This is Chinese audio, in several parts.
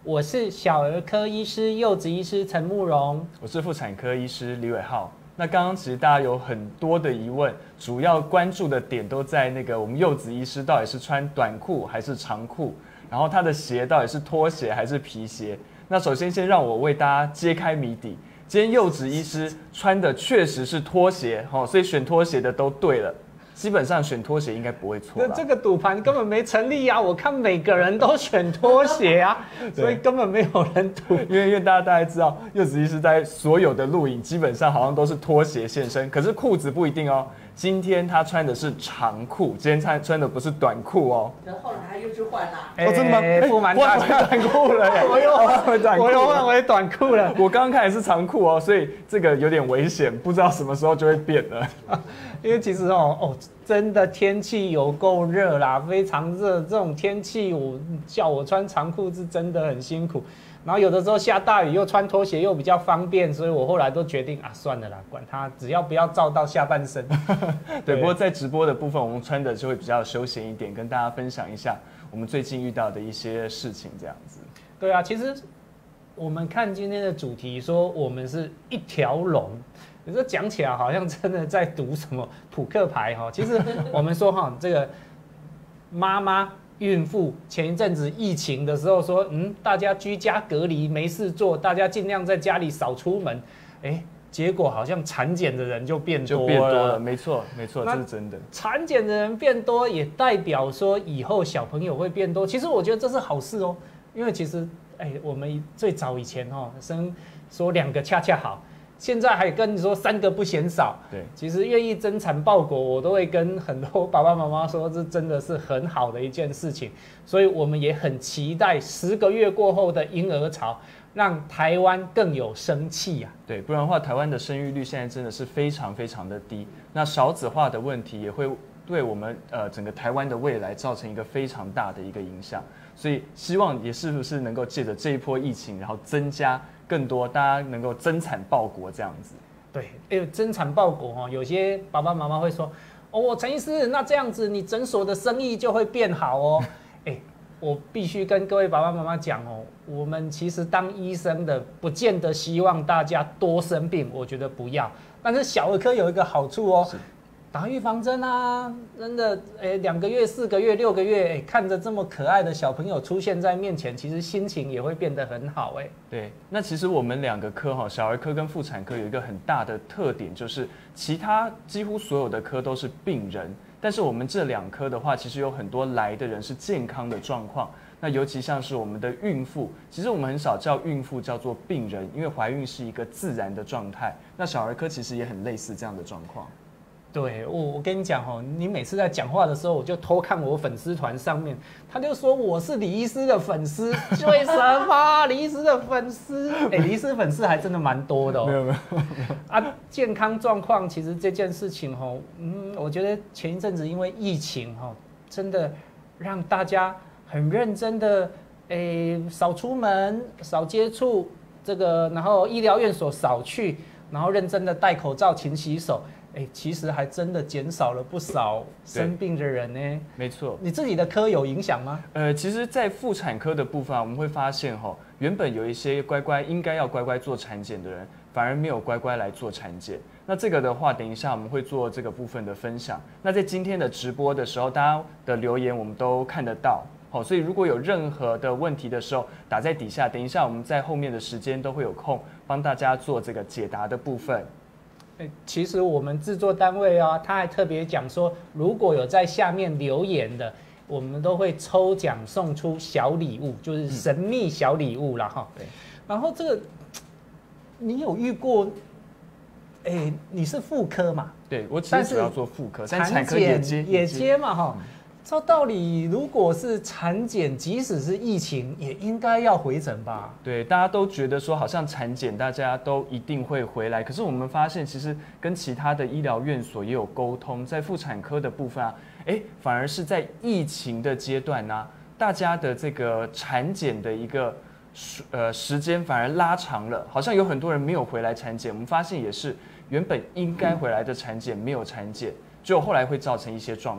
我是小儿科医师、幼稚医师陈慕容， 我是妇产科医师李伟浩。那刚刚其实大家有很多的疑问，主要关注的点都在那个我们幼子医师到底是穿短裤还是长裤，然后他的鞋到底是拖鞋还是皮鞋。那首先让我为大家揭开谜底，今天幼子医师穿的确实是拖鞋，所以选拖鞋的都对了。基本上选拖鞋应该不会错。 这个赌盘根本没成立啊！我看每个人都选拖鞋啊，所以根本没有人赌。 因为大家知道，幼子医师在所有的录影基本上好像都是拖鞋现身，可是裤子不一定哦。今天他穿的是长裤，今天穿的不是短裤哦。 可后来他又去换啦。 哦，真的吗？ 不瞒大家， 短裤了耶！ 我又换回短裤了。 我刚刚看的是长裤哦，所以这个有点危险，不知道什么时候就会变了。 因为其实真的天气有够热啦，非常热。这种天气，叫我穿长裤是真的很辛苦。然后有的时候下大雨，又穿拖鞋又比较方便，所以我后来都决定算了啦，管它，只要不要照到下半身。 对，不过在直播的部分，我们穿的就会比较休闲一点，跟大家分享一下我们最近遇到的一些事情，这样子。 对啊，其实我们看今天的主题说我们是一条龙。有时候讲起来好像真的在读什么扑克牌哈，其实我们说这个妈妈、孕妇前一阵子疫情的时候说，大家居家隔离没事做，大家尽量在家里少出门，结果好像产检的人就变多了， 没错，这是真的。 产检的人变多，也代表说以后小朋友会变多。其实我觉得这是好事哦，因为其实我们最早以前生说2个恰恰好。现在还跟你说3个不嫌少， 对， 其实愿意增产报国，我都会跟很多爸爸妈妈说，这真的是很好的一件事情。所以我们也很期待10个月过后的婴儿潮，让台湾更有生气啊。 对，不然的话，台湾的生育率现在真的是非常非常的低。那少子化的问题也会对我们整个台湾的未来造成一个非常大的一个影响。所以希望也是不是能够借着这一波疫情，然后增加更多大家能够增产报国这样子。 对，因为增产报国有些爸爸妈妈会说，陈医师，那这样子你诊所的生意就会变好哦。我必须跟各位爸爸妈妈讲我们其实当医生的不见得希望大家多生病，我觉得不要。但是小儿科有一个好处哦。打预防针啊，真的，2个月、4个月、6个月，看着这么可爱的小朋友出现在面前，其实心情也会变得很好， 对，那其实我们2个科小儿科跟妇产科有一个很大的特点，就是其他几乎所有的科都是病人，但是我们这2科的话，其实有很多来的人是健康的状况。那尤其像是我们的孕妇，其实我们很少叫孕妇叫做病人，因为怀孕是一个自然的状态。那小儿科其实也很类似这样的状况。 对，我跟你讲你每次在讲话的时候，我就偷看我粉丝团上面，他就说我是李医师的粉丝，为什么李医师的粉丝？李医师粉丝还真的蛮多的没有健康状况其实这件事情我觉得前一阵子因为疫情真的让大家很认真的少出门、少接触这个，然后医疗院所少去，然后认真的戴口罩、勤洗手。其实还真的减少了不少生病的人呢。 没错， 你自己的科有影响吗？ 其实，在妇产科的部分我们会发现原本有一些应该要乖乖做产检的人，反而没有乖乖来做产检。那这个的话，等一下我们会做这个部分的分享。那在今天的直播的时候，大家的留言我们都看得到。所以如果有任何的问题的时候，打在底下，等一下我们在后面的时间都会有空帮大家做这个解答的部分。 其实我们制作单位他还特别讲说，如果有在下面留言的，我们都会抽奖送出小礼物，就是神秘小礼物啦哈。然后这个你有遇过？你是妇科嘛？ 对，我其实主要做妇科，但产科也接嘛哈。照道理，如果是产检，即使是疫情，也应该要回诊吧？ 对，大家都觉得说好像产检大家都一定会回来，可是我们发现其实跟其他的医疗院所也有沟通，在妇产科的部分反而是在疫情的阶段大家的这个产检的一个时间反而拉长了，好像有很多人没有回来产检。我们发现也是原本应该回来的产检没有产检，只有后来会造成一些状况。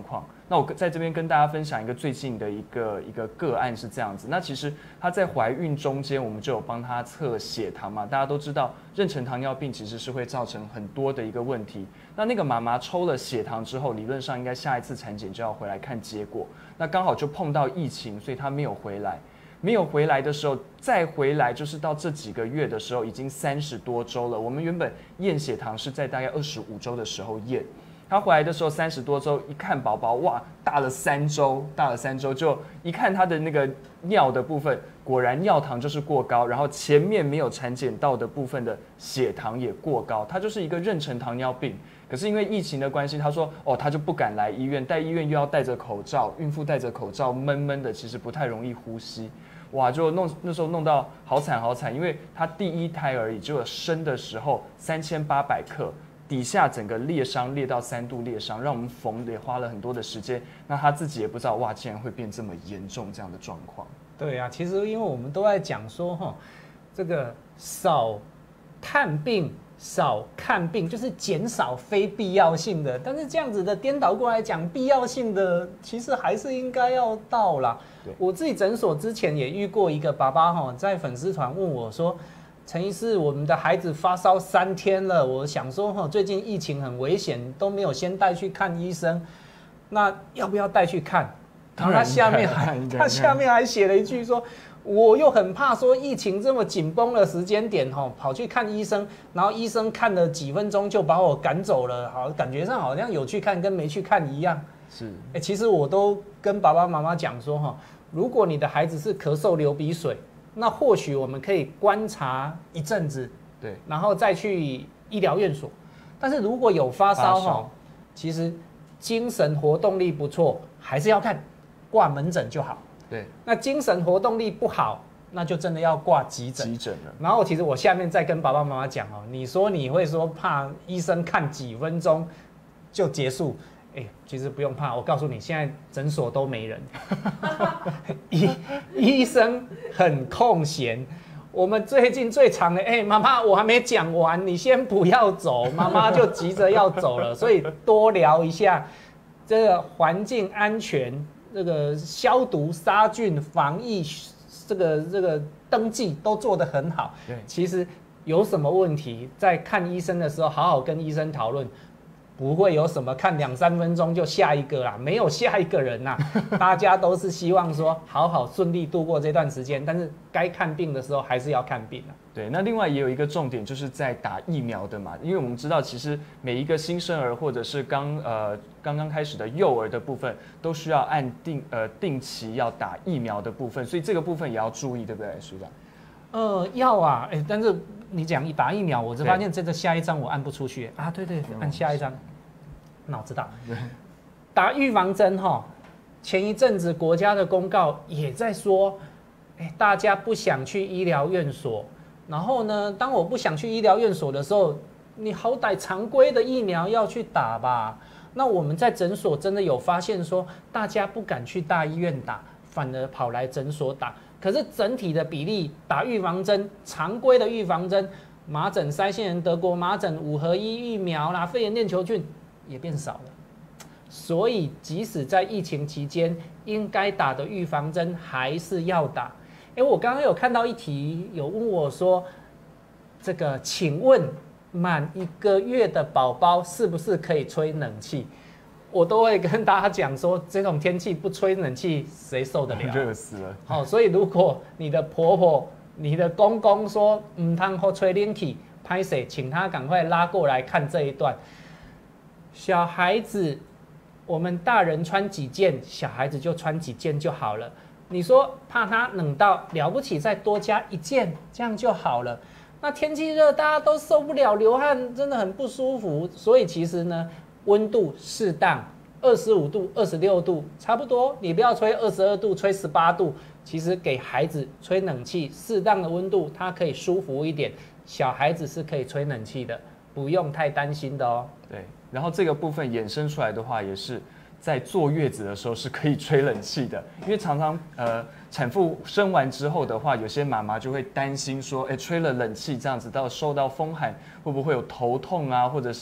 那我在这边跟大家分享一个最近的一个个案是这样子。那其实她在怀孕中间，我们就有帮她测血糖嘛。大家都知道，妊娠糖尿病其实是会造成很多的一个问题。那个妈妈抽了血糖之后，理论上应该下一次产检就要回来看结果。那刚好就碰到疫情，所以她没有回来。没有回来的时候，再回来就是到这几个月的时候，已经30多周了。我们原本验血糖是在大概25周的时候验。他回来的时候30多周，一看宝宝哇，大了3周，就一看他的那个尿的部分，果然尿糖就是过高，然后前面没有产检到的部分的血糖也过高，他就是一个妊娠糖尿病。可是因为疫情的关系，他说他就不敢来医院，在医院又要戴着口罩，孕妇戴着口罩闷闷的，其实不太容易呼吸。哇，就那时候弄到好惨，因为他第1胎而已，只有生的时候3800克。底下整个裂伤裂到3度裂伤，让我们缝也花了很多的时间。那他自己也不知道，哇，竟然会变这么严重这样的状况。 对啊，其实因为我们都在讲说这个少探病、少看病，就是减少非必要性的。但是这样子的颠倒过来讲，必要性的其实还是应该要到啦。我自己诊所之前也遇过一个爸爸在粉丝团问我说，陈医师，我们的孩子发烧3天了，我想说最近疫情很危险，都没有先带去看医生，那要不要带去看？ 当然， 他下面还写了一句说，我又很怕说疫情这么紧绷的时间点跑去看医生，然后医生看了几分钟就把我赶走了，好，感觉上好像有去看跟没去看一样。 是， 其实我都跟爸爸妈妈讲说如果你的孩子是咳嗽流鼻水，那或许我们可以观察一阵子， 对， 然后再去医疗院所。但是如果有发烧其实精神活动力不错，还是要看挂门诊就好。 对， 那精神活动力不好，那就真的要挂急诊。 了。 然后其实我下面再跟爸爸妈妈讲你说你会说怕医生看几分钟就结束。其实不用怕，我告诉你，现在诊所都没人，医生很空闲。我们最近最长的，妈妈，我还没讲完，你先不要走，妈妈就急着要走了。所以多聊一下这个环境安全，这个消毒、杀菌、防疫，这个登记都做得很好。其实有什么问题，在看医生的时候，好好跟医生讨论。不会有什么看2、3分钟就下一个啦，没有下一个人啦，大家都是希望说好好顺利度过这段时间，但是该看病的时候还是要看病啦。 对，那另外也有一个重点，就是在打疫苗的嘛，因为我们知道其实每一个新生儿或者是刚刚开始的幼儿的部分，都需要按定期要打疫苗的部分，所以这个部分也要注意，对不对，署长？ 要啊，但是你讲打疫苗，我就发现这个下一张我按不出去啊，对，按下一张。那我知道，打预防针前一阵子国家的公告也在说，大家不想去医疗院所，然后呢，当我不想去医疗院所的时候，你好歹常规的疫苗要去打吧。那我们在诊所真的有发现说，大家不敢去大医院打，反而跑来诊所打。可是整体的比例，打预防针，常规的预防针，麻疹、腮腺炎、德国麻疹、5合1疫苗啦，肺炎链球菌也变少了。所以即使在疫情期间，应该打的预防针还是要打。我刚刚有看到一题，有问我说，这个请问满1个月的宝宝是不是可以吹冷气？我都会跟大家讲说，这种天气不吹冷气谁受得了？ 热死了。 所以如果你的婆婆、你的公公说唔通好吹冷气，拍谁，请他赶快拉过来看这一段。小孩子，我们大人穿几件，小孩子就穿几件就好了。你说怕他冷到了不起，再多加1件，这样就好了。那天气热，大家都受不了，流汗真的很不舒服。所以其实呢，温度适当，25度、26度差不多。你不要吹22度、吹18度。其实给孩子吹冷气，适当的温度，他可以舒服一点。小孩子是可以吹冷气的，不用太担心的哦。 对。然后这个部分衍生出来的话，也是在坐月子的时候是可以吹冷气的，因为常常产妇生完之后的话，有些妈妈就会担心说，吹了冷气这样子受到风寒，会不会有头痛啊，或者是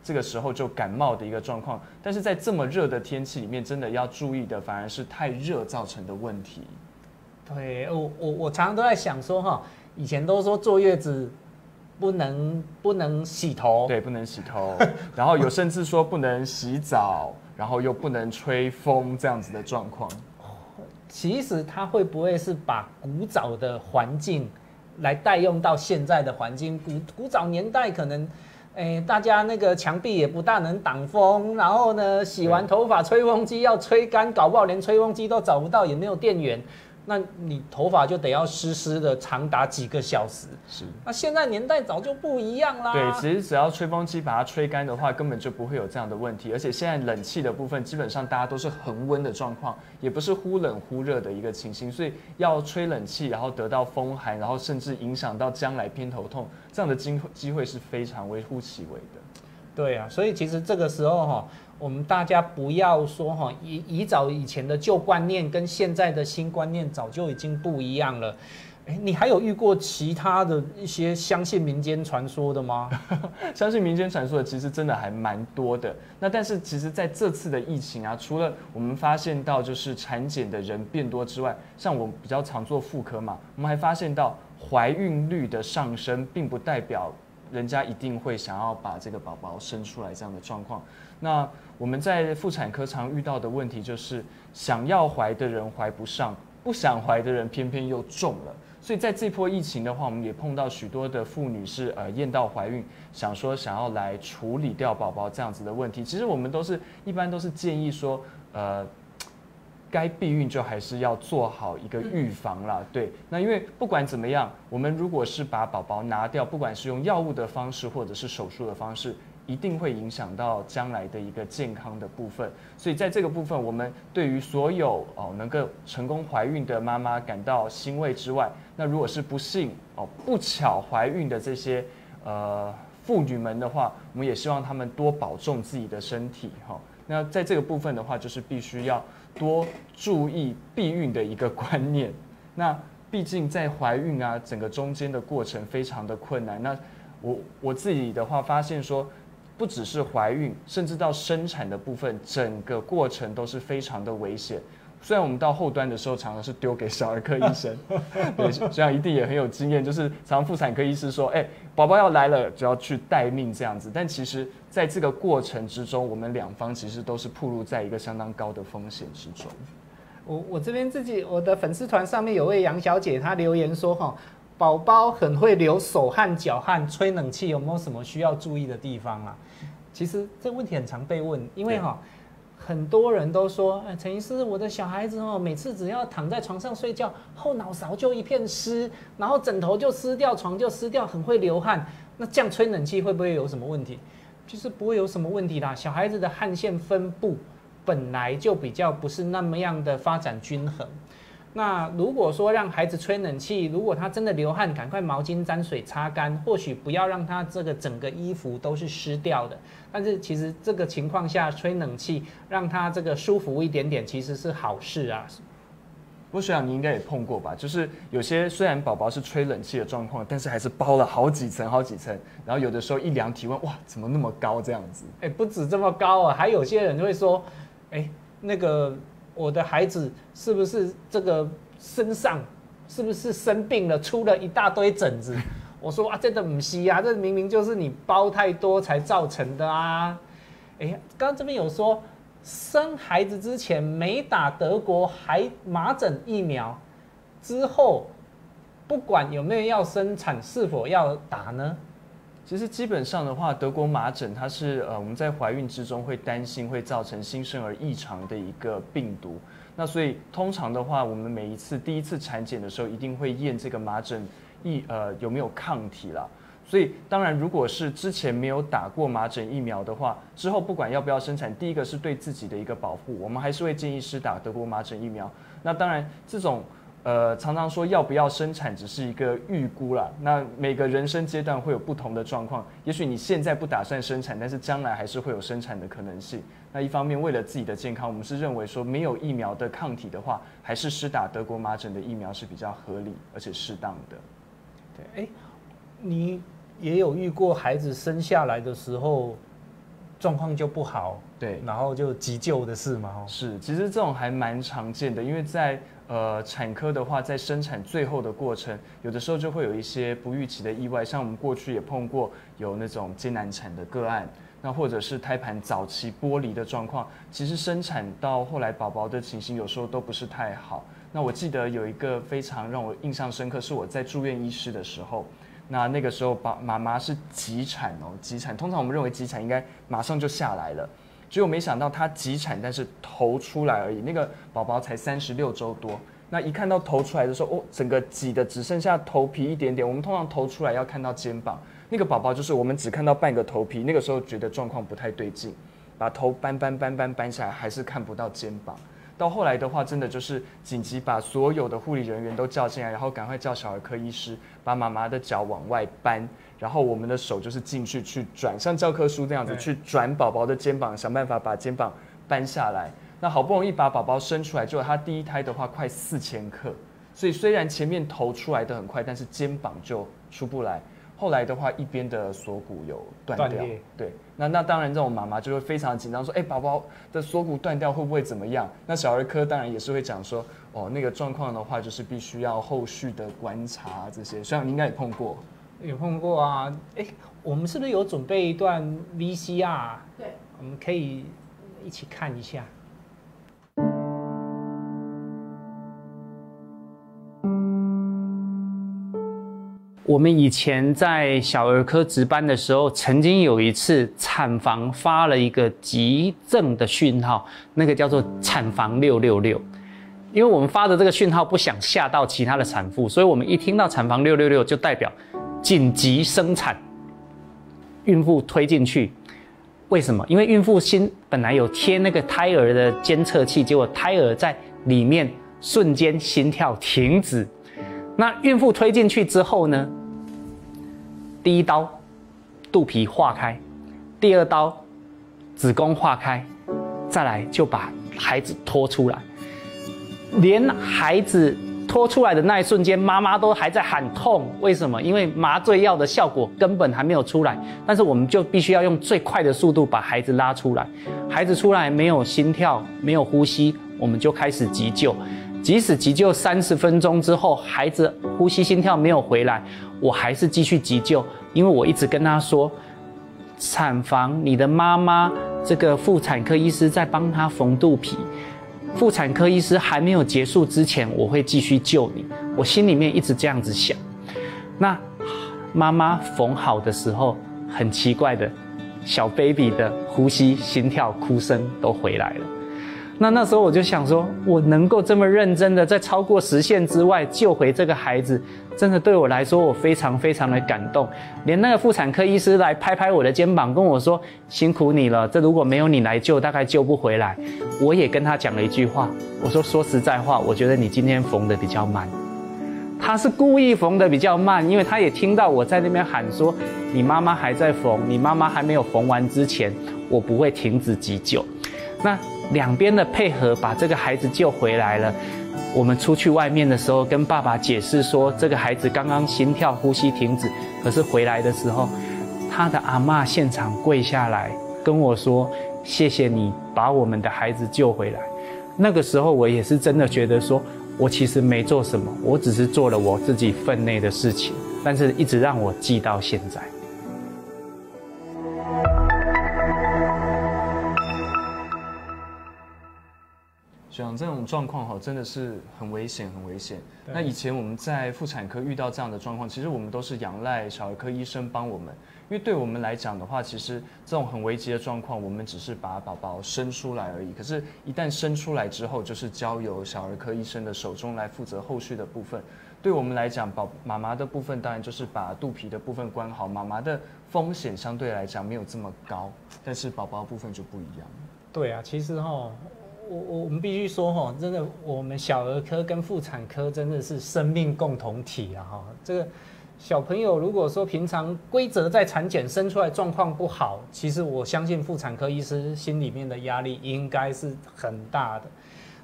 这个时候就感冒的一个状况。但是在这么热的天气里面，真的要注意的反而是太热造成的问题。 对，我常常都在想说哈，以前都说坐月子不能洗头， 对，不能洗头，然后有甚至说不能洗澡，然后又不能吹风这样子的状况。 其实它会不会是把古早的环境来带用到现在的环境？古早年代可能，大家那个墙壁也不大能挡风，然后呢，洗完头发吹风机要吹干，搞不好连吹风机都找不到，也没有电源。那你头发就得要湿湿的，长达几个小时。 是。 那现在年代早就不一样啦。 对，其实只要吹风机把它吹干的话，根本就不会有这样的问题。而且现在冷气的部分，基本上大家都是恒温的状况，也不是忽冷忽热的一个情形，所以要吹冷气，然后得到风寒，然后甚至影响到将来偏头痛，这样的机会是非常微乎其微的。 对啊，所以其实这个时候哈，我们大家不要说哈，以早以前的旧观念跟现在的新观念早就已经不一样了。你还有遇过其他的一些相信民间传说的吗？ 相信民间传说的其实真的还蛮多的。那但是其实在这次的疫情啊，除了我们发现到就是产检的人变多之外，像我比较常做妇科嘛，我们还发现到怀孕率的上升，并不代表人家一定会想要把这个宝宝生出来这样的状况。那我们在妇产科常遇到的问题就是，想要怀的人怀不上，不想怀的人偏偏又中了。所以在这波疫情的话，我们也碰到许多的妇女是验到怀孕，想要来处理掉宝宝这样子的问题。其实我们一般都是建议说，该避孕就还是要做好一个预防啦。对，那因为不管怎么样，我们如果是把宝宝拿掉，不管是用药物的方式或者是手术的方式，一定会影响到将来的一个健康的部分。所以在这个部分，我们对于所有能够成功怀孕的妈妈感到欣慰之外，那如果是不幸不巧怀孕的这些妇女们的话，我们也希望她们多保重自己的身体哈。那在这个部分的话，就是必须要多注意避孕的一个观念。那毕竟在怀孕啊，整个中间的过程非常的困难。那我自己的话发现说，不只是怀孕，甚至到生产的部分，整个过程都是非常的危险。虽然我们到后端的时候常常是丢给小儿科医生，对，这样一定也很有经验，就是常妇产科医师说，宝宝要来了就要去待命这样子。但其实在这个过程之中，我们两方其实都是暴露在一个相当高的风险之中。 我这边我的粉丝团上面有位杨小姐，她留言说哈，宝宝很会流手汗、脚汗，吹冷气有没有什么需要注意的地方啊？其实这个问题很常被问，因为很多人都说，陈医师，我的小孩子每次只要躺在床上睡觉，后脑勺就一片湿，然后枕头就湿掉，床就湿掉，很会流汗。那这样吹冷气会不会有什么问题？其实不会有什么问题啦，小孩子的汗腺分布本来就比较不是那么样的发展均衡。那如果说让孩子吹冷气，如果他真的流汗，赶快毛巾沾水擦干，或许不要让他这个整个衣服都是湿掉的。但是其实这个情况下吹冷气，让他这个舒服一点点，其实是好事啊。 我想你应该也碰过吧，就是有些虽然宝宝是吹冷气的状况，但是还是包了好几层，然后有的时候一量体温，哇，怎么那么高这样子？ 不止这么高啊，还有些人会说，那个我的孩子是不是这个身上是不是生病了，出了一大堆疹子？我说啊，这个不是啊，这明明就是你包太多才造成的啊。刚刚这边有说，生孩子之前没打德国麻疹疫苗，之后不管有没有要生产，是否要打呢？ 其实基本上的话，德国麻疹它是我们在怀孕之中会担心会造成新生儿异常的一个病毒。那所以通常的话，我们第一次产检的时候，一定会验这个麻疹有没有抗体啦。所以当然，如果是之前没有打过麻疹疫苗的话，之后不管要不要生产，第一个是对自己的一个保护，我们还是会建议施打德国麻疹疫苗。那当然这种常常说要不要生产只是一个预估啦，那每个人生阶段会有不同的状况，也许你现在不打算生产，但是将来还是会有生产的可能性。那一方面为了自己的健康，我们是认为说没有疫苗的抗体的话，还是施打德国麻疹的疫苗是比较合理而且适当的。 对，你也有遇过孩子生下来的时候状况就不好， 对， 然后就急救的事嘛。 是，其实这种还蛮常见的，因为在产科的话，在生产最后的过程，有的时候就会有一些不预期的意外，像我们过去也碰过有那种艰难产的个案，那或者是胎盘早期剥离的状况，其实生产到后来宝宝的情形有时候都不是太好。那我记得有一个非常让我印象深刻，是我在住院医师的时候。那个时候妈妈是急产哦，急产。通常我们认为急产应该马上就下来了，结果没想到她急产，但是头出来而已。那个宝宝才36周多，那一看到头出来的时候，哦，整个挤的只剩下头皮一点点。我们通常头出来要看到肩膀，那个宝宝就是我们只看到半个头皮。那个时候觉得状况不太对劲，把头搬下来，还是看不到肩膀。到后来的话，真的就是紧急把所有的护理人员都叫进来，然后赶快叫小儿科医师把妈妈的脚往外搬，然后我们的手就是进去转，像教科书那样子去转宝宝的肩膀，想办法把肩膀搬下来。那好不容易把宝宝生出来，结果他第一胎的话快4000克，所以虽然前面头出来的很快，但是肩膀就出不来。后来的话，一边的锁骨有断掉，对，那当然这种妈妈就会非常紧张，说，宝宝的锁骨断掉会不会怎么样？那小儿科当然也是会讲说，哦，那个状况的话，就是必须要后续的观察这些，虽然你应该也碰过， 有碰过啊，我们是不是有准备一段 VCR？ 对， 我们可以一起看一下。我们以前在小儿科值班的时候，曾经有一次产房发了一个急症的讯号，那个叫做产房666。因为我们发的这个讯号不想吓到其他的产妇，所以我们一听到产房666就代表紧急生产，孕妇推进去。为什么？因为孕妇心本来有贴那个胎儿的监测器，结果胎儿在里面瞬间心跳停止。那孕妇推进去之后呢，第一刀肚皮化开，第二刀子宫化开，再来就把孩子拖出来。连孩子拖出来的那一瞬间，妈妈都还在喊痛。为什么？因为麻醉药的效果根本还没有出来，但是我们就必须要用最快的速度把孩子拉出来。孩子出来没有心跳，没有呼吸，我们就开始急救。即使急救30分钟之后，孩子呼吸心跳没有回来，我还是继续急救，因为我一直跟他说，产房你的妈妈这个妇产科医师在帮她缝肚皮，妇产科医师还没有结束之前，我会继续救你。我心里面一直这样子想。那妈妈缝好的时候，很奇怪的，小 baby 的呼吸、心跳、哭声都回来了。那时候我就想说，我能够这么认真的在超过时限之外救回这个孩子，真的对我来说我非常非常的感动。连那个妇产科医师来拍拍我的肩膀跟我说，辛苦你了，这如果没有你来救，大概救不回来。我也跟他讲了一句话，我说实在话，我觉得你今天缝的比较慢。他是故意缝的比较慢，因为他也听到我在那边喊说，你妈妈还在缝，你妈妈还没有缝完之前，我不会停止急救。那两边的配合把这个孩子救回来了。我们出去外面的时候跟爸爸解释说，这个孩子刚刚心跳呼吸停止，可是回来的时候，他的阿嬷现场跪下来跟我说，谢谢你把我们的孩子救回来。那个时候我也是真的觉得说，我其实没做什么，我只是做了我自己分内的事情，但是一直让我记到现在。 学长，这种状况真的是很危险，很危险。那以前我们在妇产科遇到这样的状况，其实我们都是仰赖小儿科医生帮我们，因为对我们来讲的话，其实这种很危急的状况，我们只是把宝宝生出来而已。可是，一旦生出来之后，就是交由小儿科医生的手中来负责后续的部分。对我们来讲，妈妈的部分当然就是把肚皮的部分关好，妈妈的风险相对来讲没有这么高，但是宝宝部分就不一样。 对啊，其实我们必须说真的，我们小儿科跟妇产科真的是生命共同体啊这个小朋友如果说平常规则在产检生出来状况不好，其实我相信妇产科医师心里面的压力应该是很大的。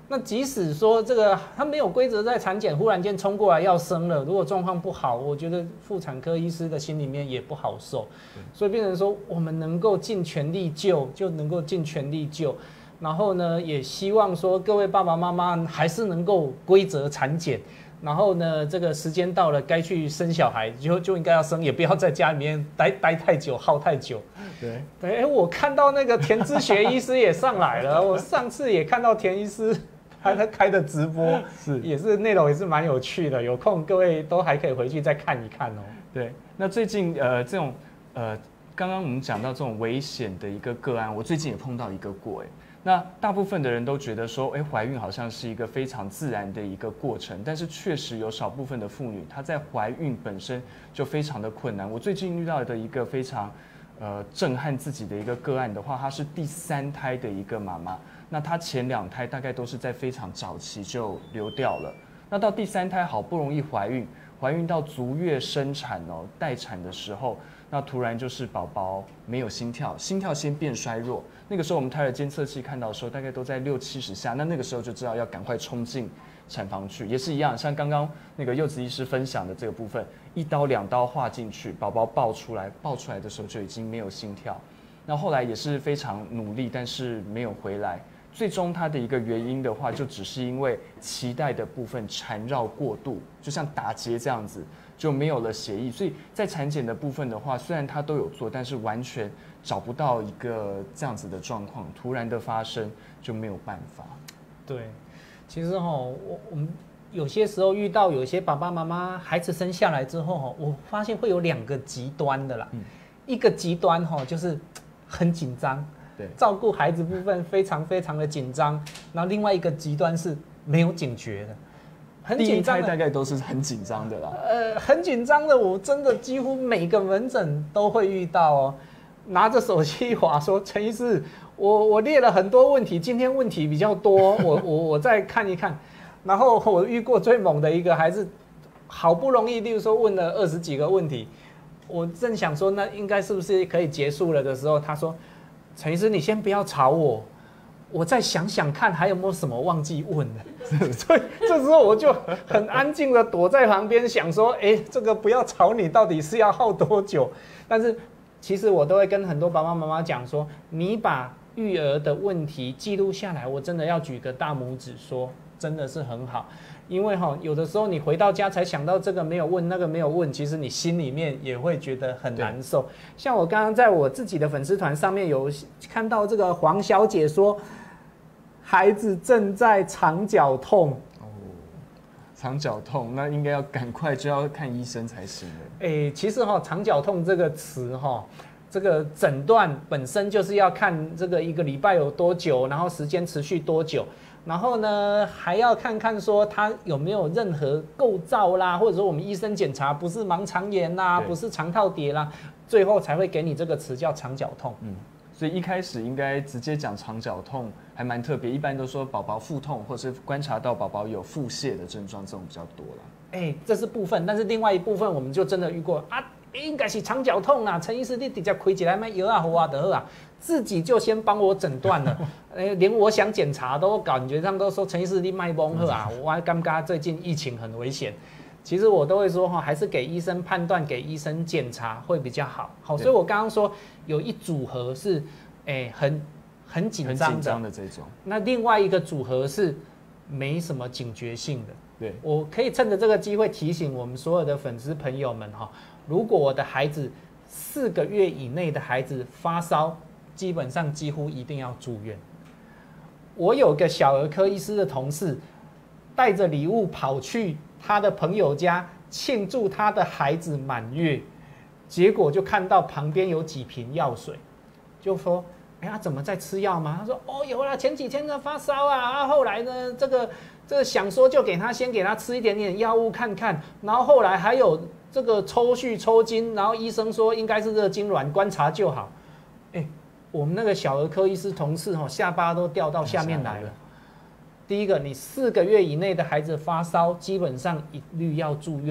那即使说这个他没有规则在产检，忽然间冲过来要生了，如果状况不好，我觉得妇产科医师的心里面也不好受。所以变成说，我们能够尽全力救，就能够尽全力救。然后呢，也希望说各位爸爸妈妈还是能够规则产检。然后呢，这个时间到了，该去生小孩就应该要生，也不要在家里面待太久，耗太久。对，我看到那个田之学医师也上来了，我上次也看到田医师他开的直播，也是内容也是蛮有趣的，有空各位都还可以回去再看一看哦。 对，那最近这种刚刚我们讲到这种危险的一个个案，我最近也碰到一个过那大部分的人都觉得说，怀孕好像是一个非常自然的一个过程，但是确实有少部分的妇女，她在怀孕本身就非常的困难。我最近遇到的一个非常震撼自己的一个个案的话，她是第3胎的一个妈妈，那她前2胎大概都是在非常早期就流掉了，那到第3胎好不容易怀孕到足月生产待产的时候，那突然就是宝宝没有心跳先变衰弱。那个时候我们胎儿监测器看到的时候，大概都在60-70下，那个时候就知道要赶快冲进产房去，也是一样，像刚刚那个柚子医师分享的这个部分，1刀2刀划进去，宝宝抱出来的时候就已经没有心跳。那后来也是非常努力，但是没有回来。最终它的一个原因的话，就只是因为脐带的部分缠绕过度，就像打结这样子，就没有了血液。所以在产检的部分的话，虽然它都有做，但是完全找不到一个这样子的状况，突然的发生就没有办法。 对，其实我们有些时候遇到有些爸爸妈妈孩子生下来之后我发现会有2个极端的啦。一个极端就是很紧张。照顾孩子部分非常非常的紧张，然后另外一个极端是没有警觉的，很紧张的。 第1胎大概都是很紧张的啦。 很紧张的，我真的几乎每个门诊都会遇到拿着手机滑说陈医师，我列了很多问题，今天问题比较多，我再看一看。然后我遇过最猛的一个还是好不容易，例如说问了20几个问题，我正想说那应该是不是可以结束了的时候，他说。陈医师，你先不要吵我，我再想想看还有没有什么忘记问的。所以这时候我就很安静的躲在旁边想说，这个不要吵你，到底是要耗多久？但是其实我都会跟很多爸爸妈妈讲说，你把育儿的问题记录下来，我真的要举个大拇指说，真的是很好。因为有的时候你回到家才想到这个没有问，那个没有问，其实你心里面也会觉得很难受。像我刚刚在我自己的粉丝团上面有看到这个黄小姐说，孩子正在肠绞痛。 肠绞痛，那应该要赶快就要看医生才行了。 其实肠绞痛这个词这个诊断本身就是要看这个1个礼拜有多久，然后时间持续多久。然后呢，还要看看说他有没有任何构造啦，或者说我们医生检查不是盲肠炎啦，不是肠套叠啦，最后才会给你这个词叫肠绞痛。 所以一开始应该直接讲肠绞痛还蛮特别，一般都说宝宝腹痛，或是观察到宝宝有腹泻的症状，这种比较多啦。 这是部分，但是另外一部分我们就真的遇过应该是肠绞痛啦。陈医师，你直接开起来买药啊、好的啊，自己就先帮我诊断了。连我想检查都感觉上都说陈医师你卖懵喝啊，我感觉最近疫情很危险。其实我都会说还是给医生判断，给医生检查会比较好。所以我刚刚说有一组合是很紧张的这种， 那另外一个组合是没什么警觉性的。 对， 我可以趁着这个机会提醒我们所有的粉丝朋友们如果我的孩子4个月以内的孩子发烧，基本上几乎一定要住院。我有个小儿科医师的同事，带着礼物跑去他的朋友家庆祝他的孩子满月，结果就看到旁边有几瓶药水，就说他怎么在吃药吗？他说有啦，前几天呢发烧啊，后来呢这个想说就先给他吃一点点药物看看，然后后来还有这个抽搐抽筋，然后医生说应该是热痉挛，观察就好。我们那个小儿科医师同事下巴都掉到下面来了。第一个，你4个月以内的孩子发烧，基本上一律要住院。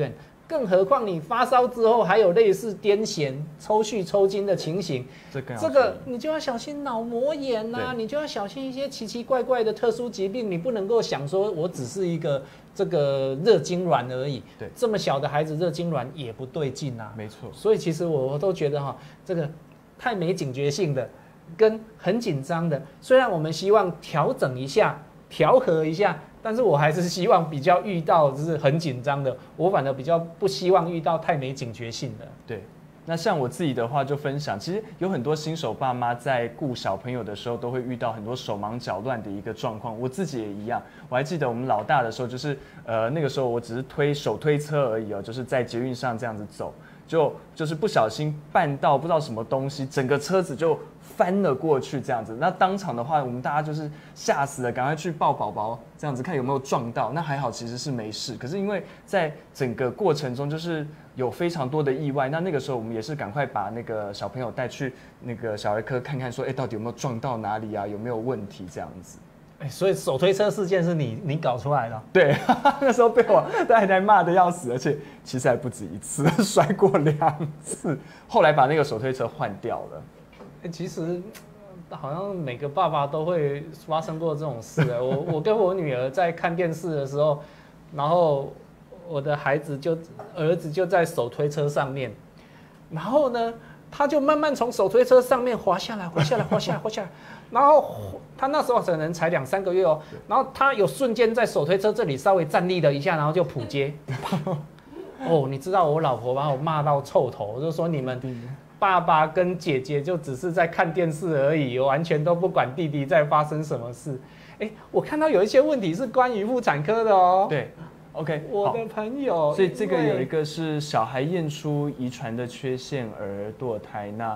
更何况你发烧之后还有类似癫痫、抽搐、抽筋的情形，这个你就要小心脑膜炎啊，你就要小心一些奇奇怪怪的特殊疾病，你不能够想说我只是一个这个热痉挛而已。 对， 这么小的孩子热痉挛也不对劲啊。 没错。 所以其实我都觉得哈，这个太没警觉性的，跟很紧张的，虽然我们希望调整一下、调和一下。但是我还是希望比较遇到就是很紧张的，我反而比较不希望遇到太没警觉性的。 对，那像我自己的话就分享，其实有很多新手爸妈在顾小朋友的时候，都会遇到很多手忙脚乱的一个状况。我自己也一样，我还记得我们老大的时候，就是那个时候我只是手推车而已哦，就是在捷运上这样子走。就是不小心绊到不知道什么东西，整个车子就翻了过去这样子。那当场的话，我们大家就是吓死了，赶快去抱宝宝，这样子看有没有撞到。那还好，其实是没事。可是因为在整个过程中，就是有非常多的意外。那个时候我们也是赶快把那个小朋友带去那个小儿科看看，说，到底有没有撞到哪里啊？有没有问题这样子。 所以手推车事件是你搞出来的？ 对，那时候被我太太骂得要死，而且其实还不止一次，摔过2次。后来把那个手推车换掉了。 其实好像每个爸爸都会发生过这种事。我跟我女儿在看电视的时候，然后我的儿子就在手推车上面，然后呢，他就慢慢从手推车上面滑下来，然后他那时候可能才2、3个月哦，然后他有瞬间在手推车这里稍微站立了一下，然后就扑街。哦，你知道我老婆把我骂到臭头，就说你们爸爸跟姐姐就只是在看电视而已，完全都不管弟弟在发生什么事。我看到有一些问题是关于妇产科的哦。 对。OK， 我的朋友， 所以这个有一个是小孩验出遗传的缺陷而堕胎，那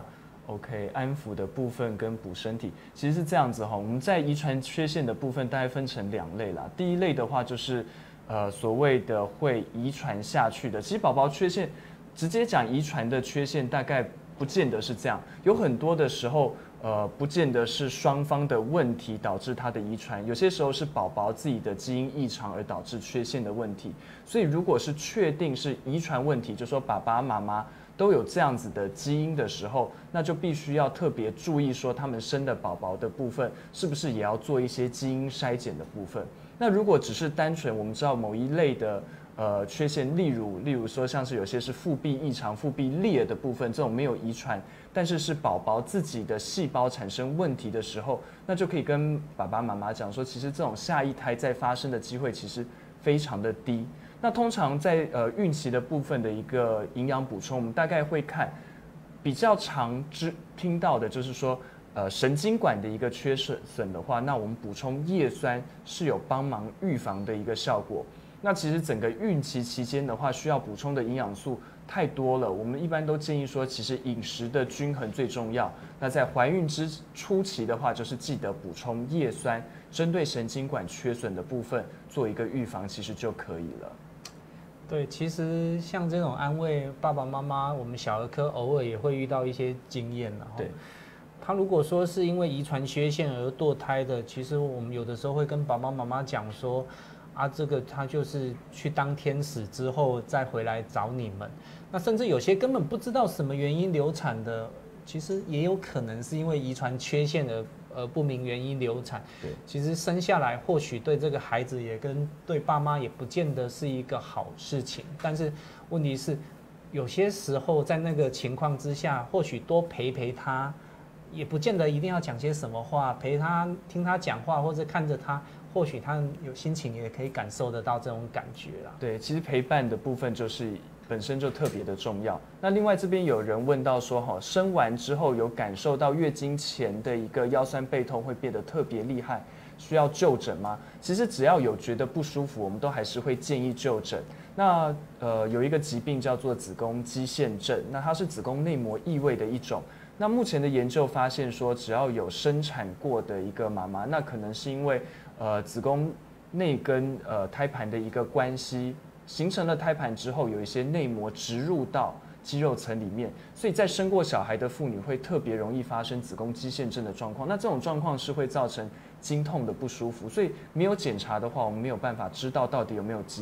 OK 安抚的部分跟补身体其实是这样子哈。我们在遗传缺陷的部分大概分成2类啦。第一类的话就是所谓的会遗传下去的，其实宝宝缺陷直接讲遗传的缺陷大概不见得是这样，有很多的时候。不见得是双方的问题导致他的遗传，有些时候是宝宝自己的基因异常而导致缺陷的问题。所以如果是确定是遗传问题，就说爸爸妈妈都有这样子的基因的时候，那就必须要特别注意说他们生的宝宝的部分是不是也要做一些基因筛检的部分。那如果只是单纯我们知道某一类的缺陷，例如说像是有些是腹壁异常、腹壁裂的部分，这种没有遗传。但是宝宝自己的细胞产生问题的时候，那就可以跟爸爸妈妈讲说，其实这种下一胎再发生的机会其实非常的低。那通常在孕期的部分的一个营养补充，我们大概会看比较常听到的就是说，神经管的一个缺损的话，那我们补充叶酸是有帮忙预防的一个效果。那其实整个孕期期间的话，需要补充的营养素太多了，我们一般都建议说，其实饮食的均衡最重要。那在怀孕初期的话，就是记得补充叶酸，针对神经管缺损的部分做一个预防，其实就可以了。 对，其实像这种安慰爸爸妈妈，我们小儿科偶尔也会遇到一些经验啦。 对， 他如果说是因为遗传缺陷而堕胎的，其实我们有的时候会跟爸爸妈妈讲说。这个他就是去当天使之后再回来找你们。那甚至有些根本不知道什么原因流产的，其实也有可能是因为遗传缺陷而不明原因流产。 对， 其实生下来或许对这个孩子也跟对爸妈也不见得是一个好事情。但是问题是，有些时候在那个情况之下，或许多陪他，也不见得一定要讲些什么话，陪他听他讲话，或者看着他。或许他有心情也可以感受得到这种感觉啦。 对，其实陪伴的部分就是本身就特别的重要。那另外这边有人问到说，生完之后有感受到月经前的一个腰酸背痛会变得特别厉害，需要就诊吗？其实只要有觉得不舒服，我们都还是会建议就诊。那有一个疾病叫做子宫肌腺症，那它是子宫内膜异位的一种。那目前的研究发现说，只要有生产过的一个妈妈，那可能是因为子宫内跟胎盘的一个关系，形成了胎盘之后，有一些内膜植入到肌肉层里面，所以在生过小孩的妇女会特别容易发生子宫肌腺症的状况。那这种状况是会造成经痛的不舒服，所以没有检查的话，我们没有办法知道到底有没有疾病。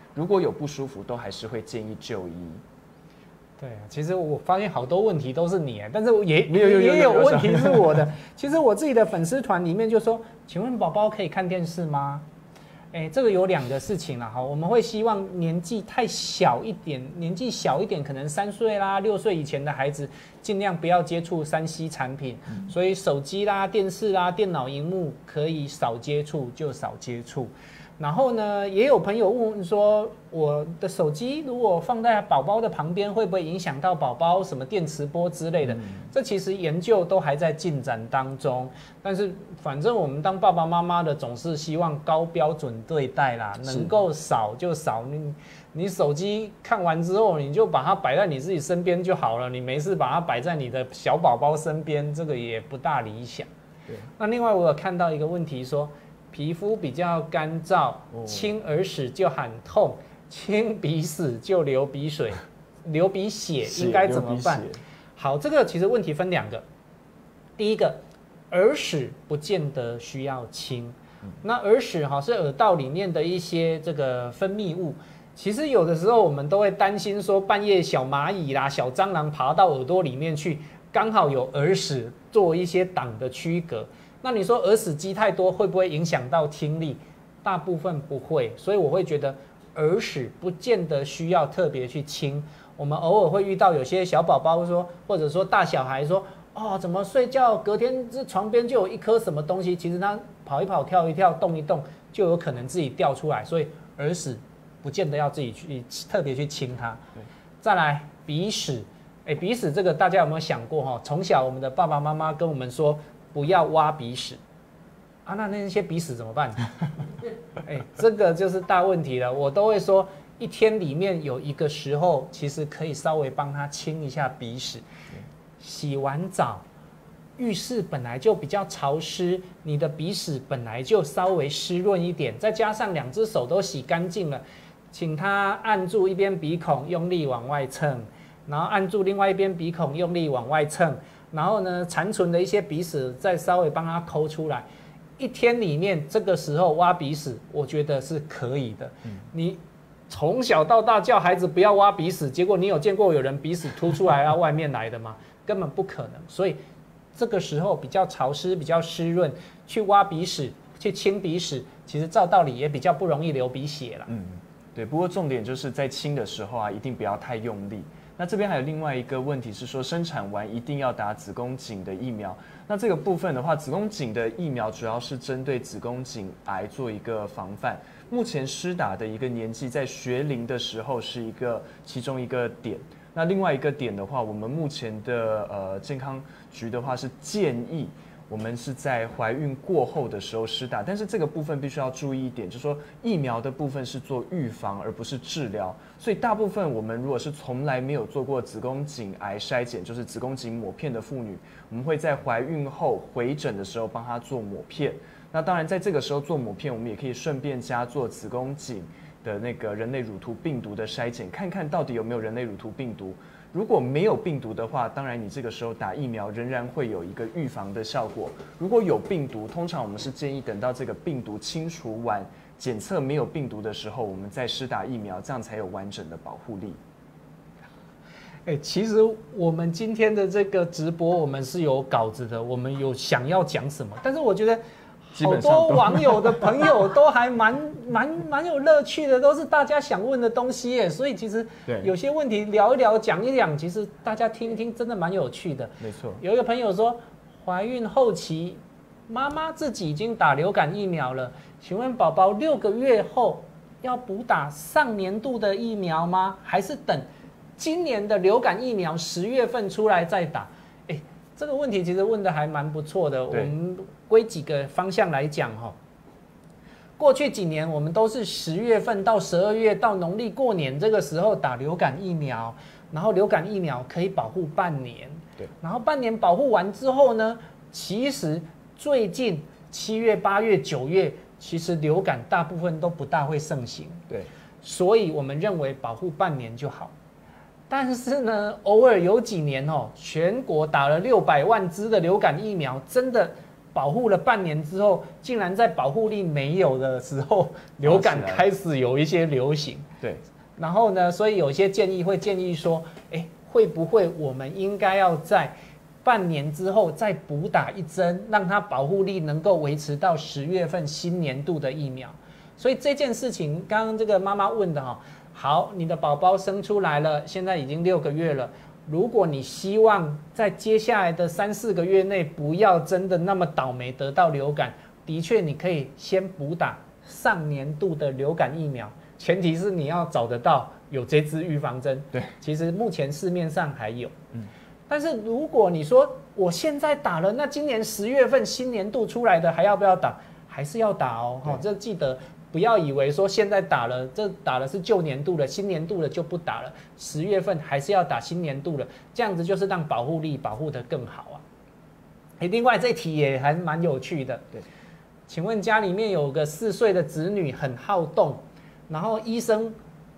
如果有不舒服，都还是会建议就医。 对，其实我发现好多问题都是你，但是也有问题是我的。其实我自己的粉丝团里面就说，请问宝宝可以看电视吗？这个有2个事情啦哈，我们会希望年纪太小一点，年纪小一点，可能3岁啦、6岁以前的孩子，尽量不要接触3C 产品，所以手机啦、电视啦、电脑荧幕可以少接触就少接触。然后呢，也有朋友问说，我的手机如果放在宝宝的旁边，会不会影响到宝宝什么电磁波之类的？这其实研究都还在进展当中。但是反正我们当爸爸妈妈的，总是希望高标准对待啦，能够少就少。你手机看完之后，你就把它摆在你自己身边就好了，你没事把它摆在你的小宝宝身边，这个也不大理想。对。那另外我有看到一个问题说，皮肤比较干燥，清耳屎就喊痛，清鼻屎就流鼻水、流鼻血，应该怎么办？好，这个其实问题分2个。第一个，耳屎不见得需要清。那耳屎是耳道里面的一些这个分泌物。其实有的时候我们都会担心说，半夜小蚂蚁啦、小蟑螂爬到耳朵里面去，刚好有耳屎做一些挡的区隔。那你说耳屎积太多会不会影响到听力？大部分不会，所以我会觉得耳屎不见得需要特别去清。我们偶尔会遇到有些小宝宝说，或者说大小孩说，怎么睡觉隔天这床边就有一颗什么东西，其实他跑一跑、跳一跳、动一动，就有可能自己掉出来。所以耳屎不见得要自己去特别去清它。再来鼻屎，鼻屎这个大家有没有想过从小我们的爸爸妈妈跟我们说，不要挖鼻屎啊，那些鼻屎怎么办？这个就是大问题了。我都会说，一天里面有一个时候，其实可以稍微帮他清一下鼻屎。洗完澡，浴室本来就比较潮湿，你的鼻屎本来就稍微湿润一点，再加上2只手都洗干净了，请他按住一边鼻孔，用力往外蹭，然后按住另外一边鼻孔，用力往外蹭。然后呢，残存的一些鼻屎再稍微帮它抠出来。一天里面这个时候挖鼻屎，我觉得是可以的。你从小到大叫孩子不要挖鼻屎，结果你有见过有人鼻屎凸出来到外面来的吗？根本不可能。所以这个时候比较潮湿、比较湿润，去挖鼻屎、去清鼻屎，其实照道理也比较不容易流鼻血了。 对。不过重点就是在清的时候一定不要太用力。那这边还有另外一个问题是说，生产完一定要打子宫颈的疫苗。那这个部分的话，子宫颈的疫苗主要是针对子宫颈癌做一个防范。目前施打的一个年纪在学龄的时候是其中一个点。那另外一个点的话，我们目前的健康局的话是建议我们是在怀孕过后的时候施打，但是这个部分必须要注意一点，就是说疫苗的部分是做预防而不是治疗，所以大部分我们如果是从来没有做过子宫颈癌筛检，就是子宫颈抹片的妇女，我们会在怀孕后回诊的时候帮她做抹片。那当然在这个时候做抹片，我们也可以顺便加做子宫颈的那个人类乳头病毒的筛检，看看到底有没有人类乳头病毒。如果没有病毒的话，当然你这个时候打疫苗仍然会有一个预防的效果。如果有病毒，通常我们是建议等到这个病毒清除完，检测没有病毒的时候，我们再施打疫苗，这样才有完整的保护力。 其实我们今天的这个直播，我们是有稿子的，我们有想要讲什么，但是我觉得好多网友的朋友都还蛮有乐趣的，都是大家想问的东西耶，所以其实有些问题聊一聊、讲一讲，其实大家听一听，真的蛮有趣的。 没错。 有一个朋友说，怀孕后期妈妈自己已经打流感疫苗了，请问宝宝6个月后要补打上年度的疫苗吗？还是等今年的流感疫苗10月份出来再打？这个问题其实问的还蛮不错的，我们归几个方向来讲哈。过去几年我们都是10月份到12月到农历过年这个时候打流感疫苗，然后流感疫苗可以保护半年， 对， 然后半年保护完之后呢，其实最近7月、8月、9月，其实流感大部分都不大会盛行， 对， 所以我们认为保护半年就好。但是呢，偶尔有几年全国打了600万支的流感疫苗，真的保护了半年之后，竟然在保护力没有的时候，流感开始有一些流行。 对。 然后呢，所以有些建议会建议说，会不会我们应该要在半年之后再补打一针，让它保护力能够维持到10月份新年度的疫苗。所以这件事情，刚刚这个妈妈问的哈，好，你的宝宝生出来了，现在已经6个月了。如果你希望在接下来的3、4个月内不要真的那么倒霉得到流感，的确你可以先补打上年度的流感疫苗，前提是你要找得到有这支预防针。 对， 其实目前市面上还有。但是如果你说我现在打了，那今年10月份新年度出来的还要不要打？还是要打哦。这记得不要以为说现在打了，这打的是旧年度了，新年度了就不打了。10月份还是要打新年度了，这样子就是让保护力保护得更好啊。另外这题也还蛮有趣的。对，请问家里面有个4岁的子女很好动，然后医生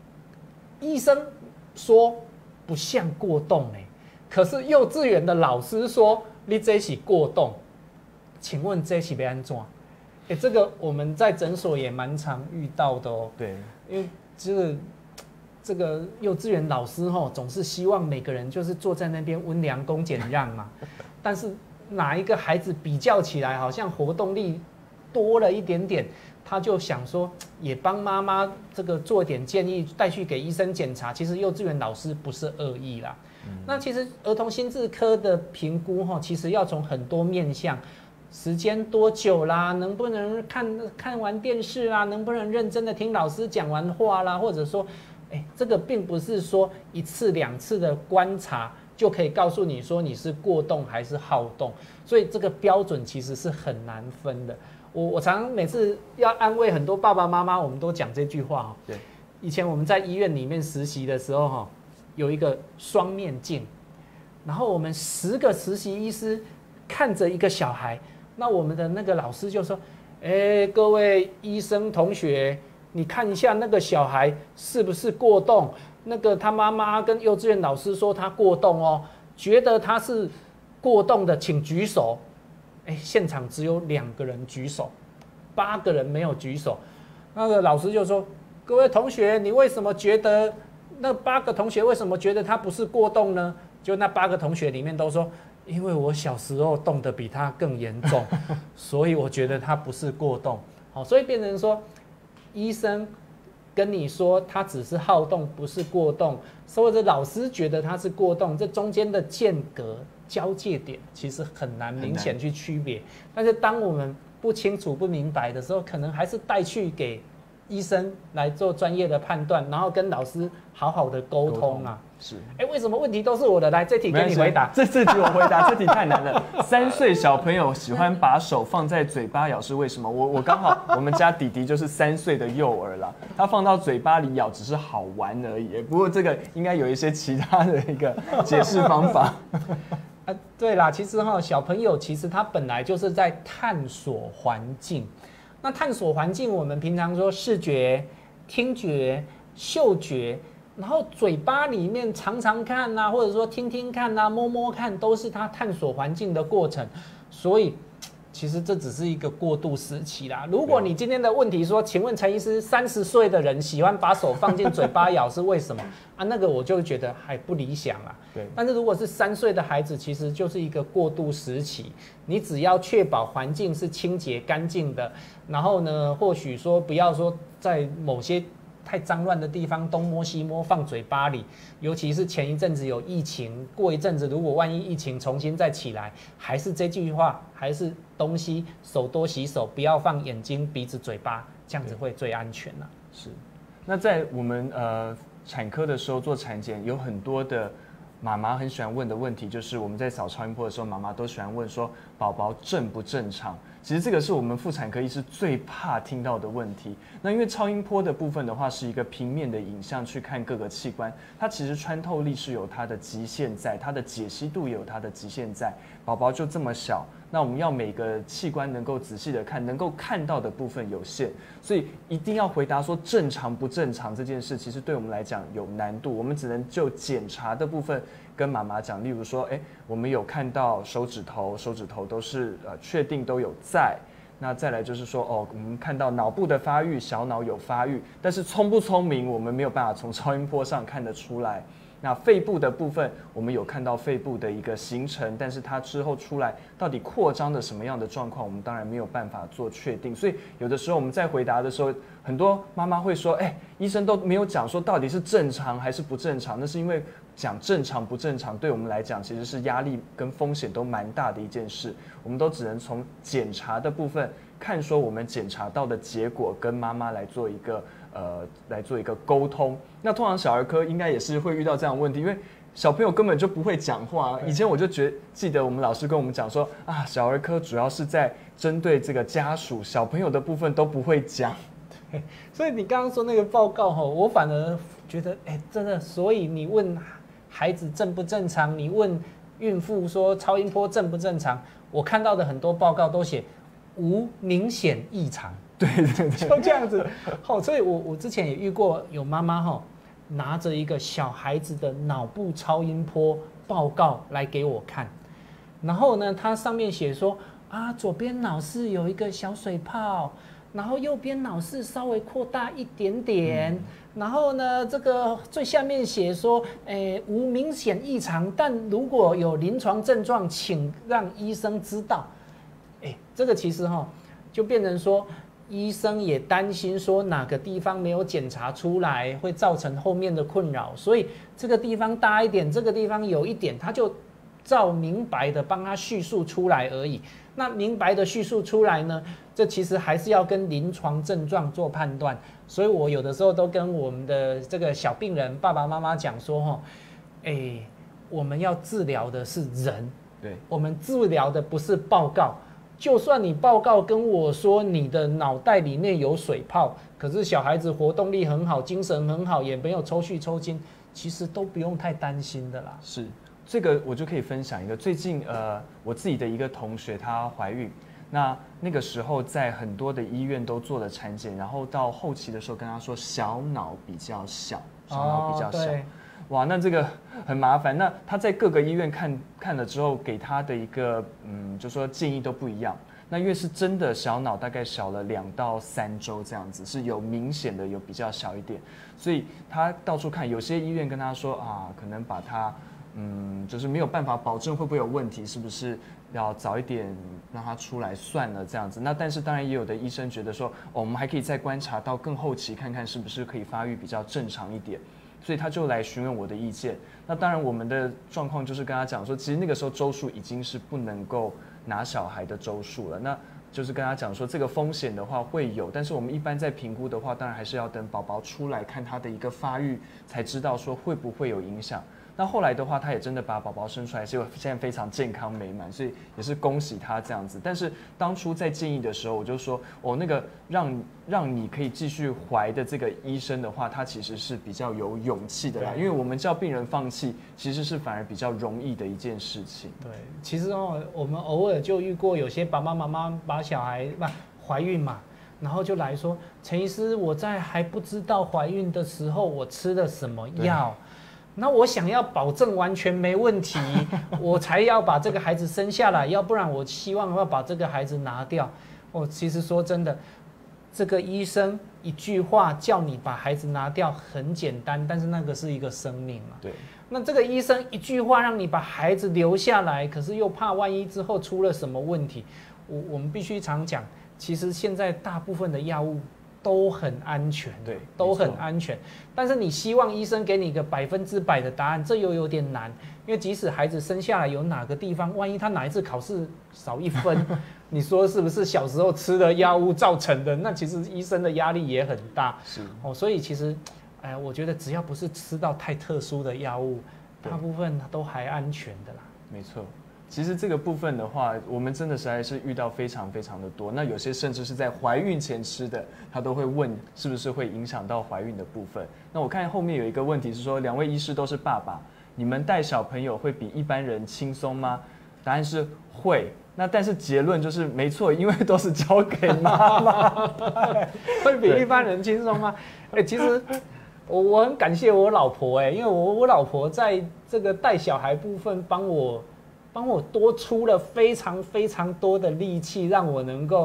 说不像过动可是幼稚园的老师说你这是过动，请问这是要安怎？这个我们在诊所也蛮常遇到的哦。 对， 因为这个幼稚园老师总是希望每个人就是坐在那边温良恭俭让嘛，但是哪一个孩子比较起来好像活动力多了一点点，他就想说也帮妈妈这个做点建议，带去给医生检查。其实幼稚园老师不是恶意啦。那其实儿童心智科的评估其实要从很多面向，时间多久啦，能不能看完电视啦，能不能认真的听老师讲完话啦，或者说这个并不是说1次2次的观察就可以告诉你说你是过动还是好动，所以这个标准其实是很难分的。我常每次要安慰很多爸爸妈妈，我们都讲这句话。对，以前我们在医院里面实习的时候有一个双面镜，然后我们10个实习医师看着一个小孩，那我们的那个老师就说：各位医生同学，你看一下那个小孩是不是过动？那个他妈妈跟幼稚园老师说他过动哦，觉得他是过动的请举手。现场只有2个人举手，8个人没有举手。那个老师就说：各位同学，你为什么觉得那8个同学为什么觉得他不是过动呢？就那8个同学里面都说：因为我小时候动得比他更严重，所以我觉得他不是过动。好，所以变成说，医生跟你说他只是好动，不是过动，或者老师觉得他是过动，这中间的间隔交界点其实很难明显去区别。但是当我们不清楚不明白的时候，可能还是带去给医生来做专业的判断，然后跟老师好好的沟通啊。是，为什么问题都是我的？来，这题给你回答。 这题我回答，这题太难了。3岁小朋友喜欢把手放在嘴巴咬是为什么？我刚好我们家弟弟就是3岁的幼儿啦，他放到嘴巴里咬只是好玩而已。不过这个应该有一些其他的一个解释方法。 对啦，其实小朋友其实他本来就是在探索环境。那探索环境，我们平常说视觉、听觉、嗅觉，然后嘴巴里面尝尝看啊，或者说听听看啊，摸摸看，都是他探索环境的过程。所以其实这只是一个过渡时期啦。如果你今天的问题说，请问陈医师，30岁的人喜欢把手放进嘴巴咬是为什么啊？那个我就觉得还不理想啦。对。但是如果是3岁的孩子，其实就是一个过渡时期，你只要确保环境是清洁干净的，然后呢，或许说不要说在某些太脏乱的地方东摸西摸放嘴巴里，尤其是前一阵子有疫情，过一阵子如果万一疫情重新再起来，还是这句话，还是东西手多洗手，不要放眼睛、鼻子、嘴巴，这样子会最安全啦。 是，那在我们产科的时候做产检，有很多的妈妈很喜欢问的问题，就是我们在扫超音波的时候，妈妈都喜欢问说宝宝正不正常？其实这个是我们妇产科医师最怕听到的问题。那因为超音波的部分的话，是一个平面的影像去看各个器官，它其实穿透力是有它的极限在，它的解析度也有它的极限在。宝宝就这么小，那我们要每个器官能够仔细的看，能够看到的部分有限，所以一定要回答说正常不正常这件事，其实对我们来讲有难度。我们只能就检查的部分跟妈妈讲，例如说，我们有看到手指头都是确定都有在， 那再来就是说，我们看到脑部的发育，小脑有发育，但是聪不聪明，我们没有办法从超音波上看得出来。那肺部的部分，我们有看到肺部的一个形成，但是它之后出来到底扩张的什么样的状况，我们当然没有办法做确定。所以有的时候我们在回答的时候，很多妈妈会说：“医生都没有讲说到底是正常还是不正常。”那是因为讲正常不正常，对我们来讲其实是压力跟风险都蛮大的一件事。我们都只能从检查的部分看，说我们检查到的结果跟妈妈来做一个沟通。那通常小儿科应该也是会遇到这样的问题，因为小朋友根本就不会讲话。以前我就记得我们老师跟我们讲说啊，小儿科主要是在针对这个家属，小朋友的部分都不会讲。 对，所以你刚刚说那个报告我反而觉得真的，所以你问孩子正不正常，你问孕妇说超音波正不正常，我看到的很多报告都写无明显异常。 对， 就这样子。所以我之前也遇过有妈妈拿着一个小孩子的脑部超音波报告来给我看，然后呢，它上面写说左边脑室有一个小水泡，然后右边脑室稍微扩大一点点，然后呢，这个最下面写说，无明显异常，但如果有临床症状，请让医生知道。这个其实就变成说，医生也担心说哪个地方没有检查出来，会造成后面的困扰，所以这个地方大一点，这个地方有一点，他就照明白的帮他叙述出来而已。那明白的叙述出来呢，这其实还是要跟临床症状做判断。所以我有的时候都跟我们的这个小病人爸爸妈妈讲说我们要治疗的是人， 对， 我们治疗的不是报告。就算你报告跟我说你的脑袋里面有水泡，可是小孩子活动力很好，精神很好，也没有抽搐抽筋，其实都不用太担心的啦。 是，这个我就可以分享一个最近我自己的一个同学，她怀孕，那个时候在很多的医院都做了产检，然后到后期的时候跟她说小脑比较小，小脑比较小。哇，那这个很麻烦。那他在各个医院看了之后，给他的一个就说建议都不一样。那因为是真的小脑大概小了2到3周这样子，是有明显的有比较小一点，所以他到处看，有些医院跟他说可能把他就是没有办法保证会不会有问题，是不是要早一点让他出来算了这样子。那但是当然也有的医生觉得说，我们还可以再观察到更后期，看看是不是可以发育比较正常一点。所以他就来询问我的意见。那当然，我们的状况就是跟他讲说，其实那个时候周数已经是不能够拿小孩的周数了。那就是跟他讲说，这个风险的话会有，但是我们一般在评估的话，当然还是要等宝宝出来看他的一个发育，才知道说会不会有影响。那后来的话，他也真的把宝宝生出来，结果现在非常健康美满，所以也是恭喜他这样子。但是当初在建议的时候，我就说，那个让你可以继续怀的这个医生的话，他其实是比较有勇气的啦，因为我们叫病人放弃，其实是反而比较容易的一件事情。 对，其实我们偶尔就遇过有些爸爸妈妈把小孩怀孕嘛，然后就来说，陈医师，我在还不知道怀孕的时候，我吃了什么药？那我想要保证完全没问题，我才要把这个孩子生下来，要不然我希望要把这个孩子拿掉。其实说真的，这个医生一句话叫你把孩子拿掉很简单，但是那个是一个生命嘛。 对。 那这个医生一句话让你把孩子留下来，可是又怕万一之后出了什么问题，我们必须常讲，其实现在大部分的药物都很安全， 对， 都很安全。但是你希望医生给你一个100%的答案，这又有点难，因为即使孩子生下来有哪个地方，万一他哪一次考试少1分，你说是不是小时候吃的药物造成的？那其实医生的压力也很大。 是所以其实，我觉得只要不是吃到太特殊的药物，大部分都还安全的啦。 没错。其实这个部分的话，我们真的实在是遇到非常非常的多。那有些甚至是在怀孕前吃的，他都会问是不是会影响到怀孕的部分。那我看后面有一个问题是说，2位医师都是爸爸，你们带小朋友会比一般人轻松吗？答案是会。那但是结论就是没错，因为都是交给妈妈， 会比一般人轻松吗？其实我很感谢我老婆因为我老婆在这个带小孩部分帮我多出了非常非常多的力气，让我能够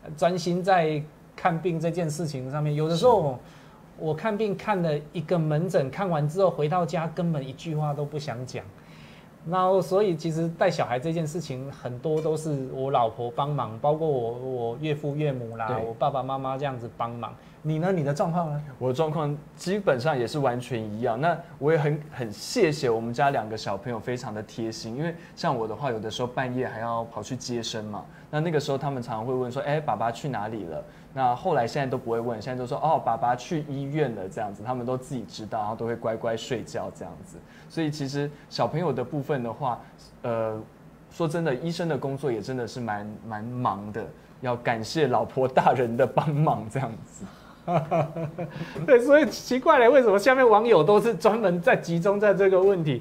专心在看病这件事情上面。有的时候我看病看了一个门诊，看完之后回到家根本一句话都不想讲。然后所以其实带小孩这件事情很多都是我老婆帮忙，包括我岳父岳母啦，我爸爸妈妈这样子帮忙。你呢？你的状况呢？ 我的状况基本上也是完全一样。那我也很谢谢我们家2个小朋友，非常的贴心。因为像我的话，有的时候半夜还要跑去接生嘛。那个时候他们常常会问说：“哎，爸爸去哪里了？”那后来现在都不会问，现在都说：“哦，爸爸去医院了。”这样子，他们都自己知道，然后都会乖乖睡觉这样子。所以其实小朋友的部分的话，说真的，医生的工作也真的是蛮忙的，要感谢老婆大人的帮忙这样子。 对，所以奇怪了，为什么下面网友都是专门在集中在这个问题？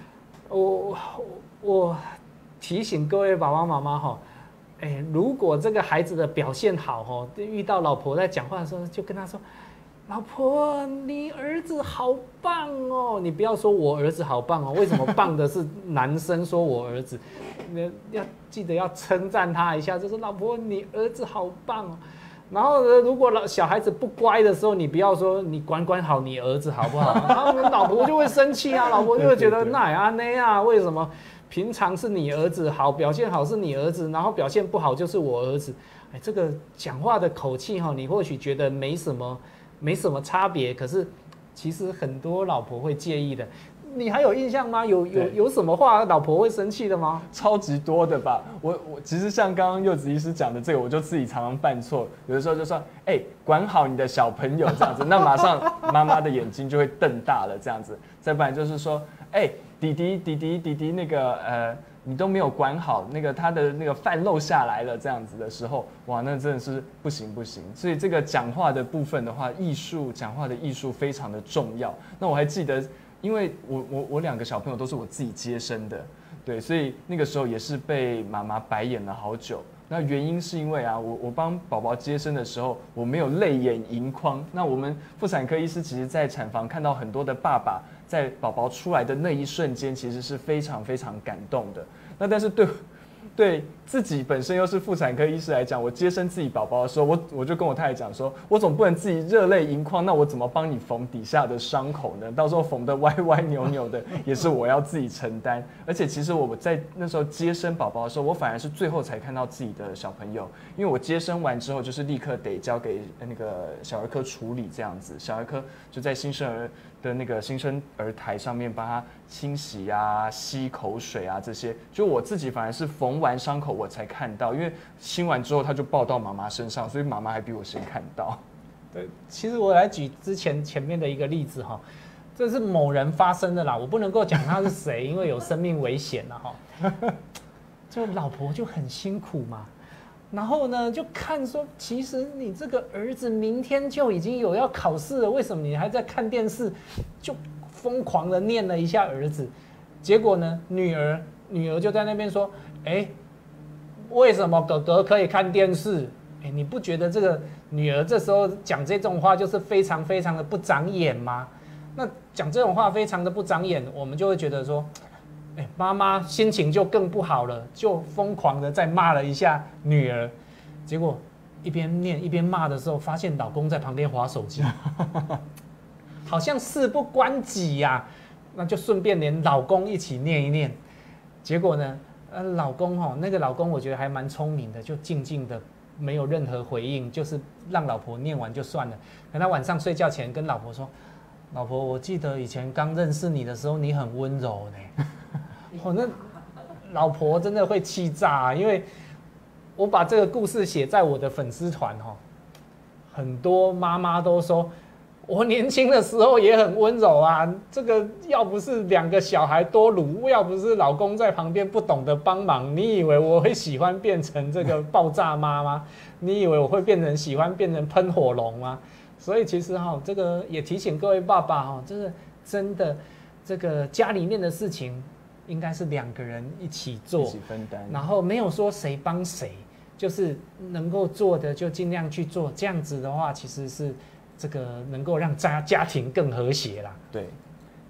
我提醒各位爸爸妈妈哈，如果这个孩子的表现好哈，遇到老婆在讲话的时候，就跟他说：“老婆，你儿子好棒哦！”你不要说我儿子好棒哦，为什么棒的是男生说我儿子？要记得要称赞他一下，就说老婆，你儿子好棒哦。然后呢，如果小孩子不乖的时候，你不要说你管好你儿子好不好？他们老婆就会生气啊，老婆就会觉得那啊那啊，为什么平常是你儿子好，表现好是你儿子，然后表现不好就是我儿子？这个讲话的口气哈，你或许觉得没什么差别，可是其实很多老婆会介意的。你还有印象吗？有什么话老婆会生气的吗？ 超级多的吧。我其实像刚刚柚子医师讲的这个，我就自己常常犯错。有的时候就说：“管好你的小朋友这样子。”那马上妈妈的眼睛就会瞪大了这样子。再不然就是说：“弟弟那个你都没有管好，那个他的那个饭漏下来了这样子的时候，哇，那真的是不行。所以这个讲话的部分的话，讲话的艺术非常的重要。那我还记得。因为我2个小朋友都是我自己接生的，对，所以那个时候也是被妈妈白眼了好久。那原因是因为啊，我帮宝宝接生的时候，我没有泪眼盈眶。那我们妇产科医师其实在产房看到很多的爸爸在宝宝出来的那一瞬间，其实是非常非常感动的。那但是对自己本身又是妇产科医师来讲，我接生自己宝宝的时候，我就跟我太太讲说，我总不能自己热泪盈眶，那我怎么帮你缝底下的伤口呢？到时候缝得歪歪扭扭的，也是我要自己承担。而且其实我在那时候接生宝宝的时候，我反而是最后才看到自己的小朋友，因为我接生完之后就是立刻得交给那个小儿科处理这样子，小儿科就在新生儿的那个新生儿台上面帮他清洗啊、吸口水啊这些，就我自己反而是缝完伤口我才看到，因为清完之后他就抱到妈妈身上，所以妈妈还比我先看到。 对，其实我来举之前面的一个例子哈，这是某人发生的啦，我不能够讲他是谁，因为有生命危险了哈。就老婆就很辛苦嘛。然后呢，就看说，其实你这个儿子明天就已经有要考试了，为什么你还在看电视？就疯狂的念了一下儿子，结果呢，女儿就在那边说：“为什么哥哥可以看电视？”你不觉得这个女儿这时候讲这种话就是非常非常的不长眼吗？那讲这种话非常的不长眼，我们就会觉得说。妈妈心情就更不好了，就疯狂的再骂了一下女儿，结果一边念一边骂的时候，发现老公在旁边滑手机，好像事不关己呀，那就顺便连老公一起念一念。结果呢，老公那个老公我觉得还蛮聪明的，就静静的没有任何回应，就是让老婆念完就算了。可他晚上睡觉前跟老婆说：“老婆，我记得以前刚认识你的时候，你很温柔呢。”那老婆真的会气炸，因为我把这个故事写在我的粉丝团很多妈妈都说，我年轻的时候也很温柔啊，这个要不是2个小孩多鲁，要不是老公在旁边不懂得帮忙，你以为我会喜欢变成这个爆炸妈吗？你以为我会喜欢变成喷火龙吗？所以其实这个也提醒各位爸爸这个真的这个家里面的事情。应该是2个人一起做， 一起分担， 然后没有说谁帮谁，就是能够做的就尽量去做。这样子的话，其实是这个能够让家庭更和谐啦。 对，那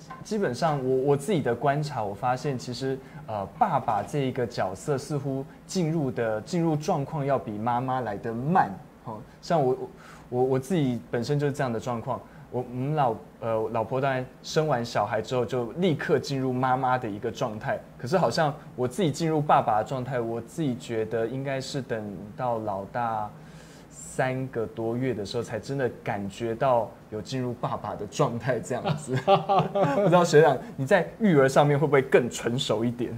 基本上我自己的观察，我发现其实爸爸这一个角色似乎进入状况要比妈妈来得慢。像我自己本身就是这样的状况。我们老婆当然生完小孩之后就立刻进入妈妈的一个状态，可是好像我自己进入爸爸的状态，我自己觉得应该是等到老大3个多月的时候，才真的感觉到有进入爸爸的状态这样子。不知道学长你在育儿上面会不会更成熟一点？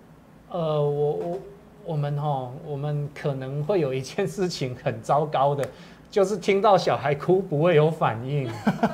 我们可能会有一件事情很糟糕的。就是听到小孩哭不会有反应。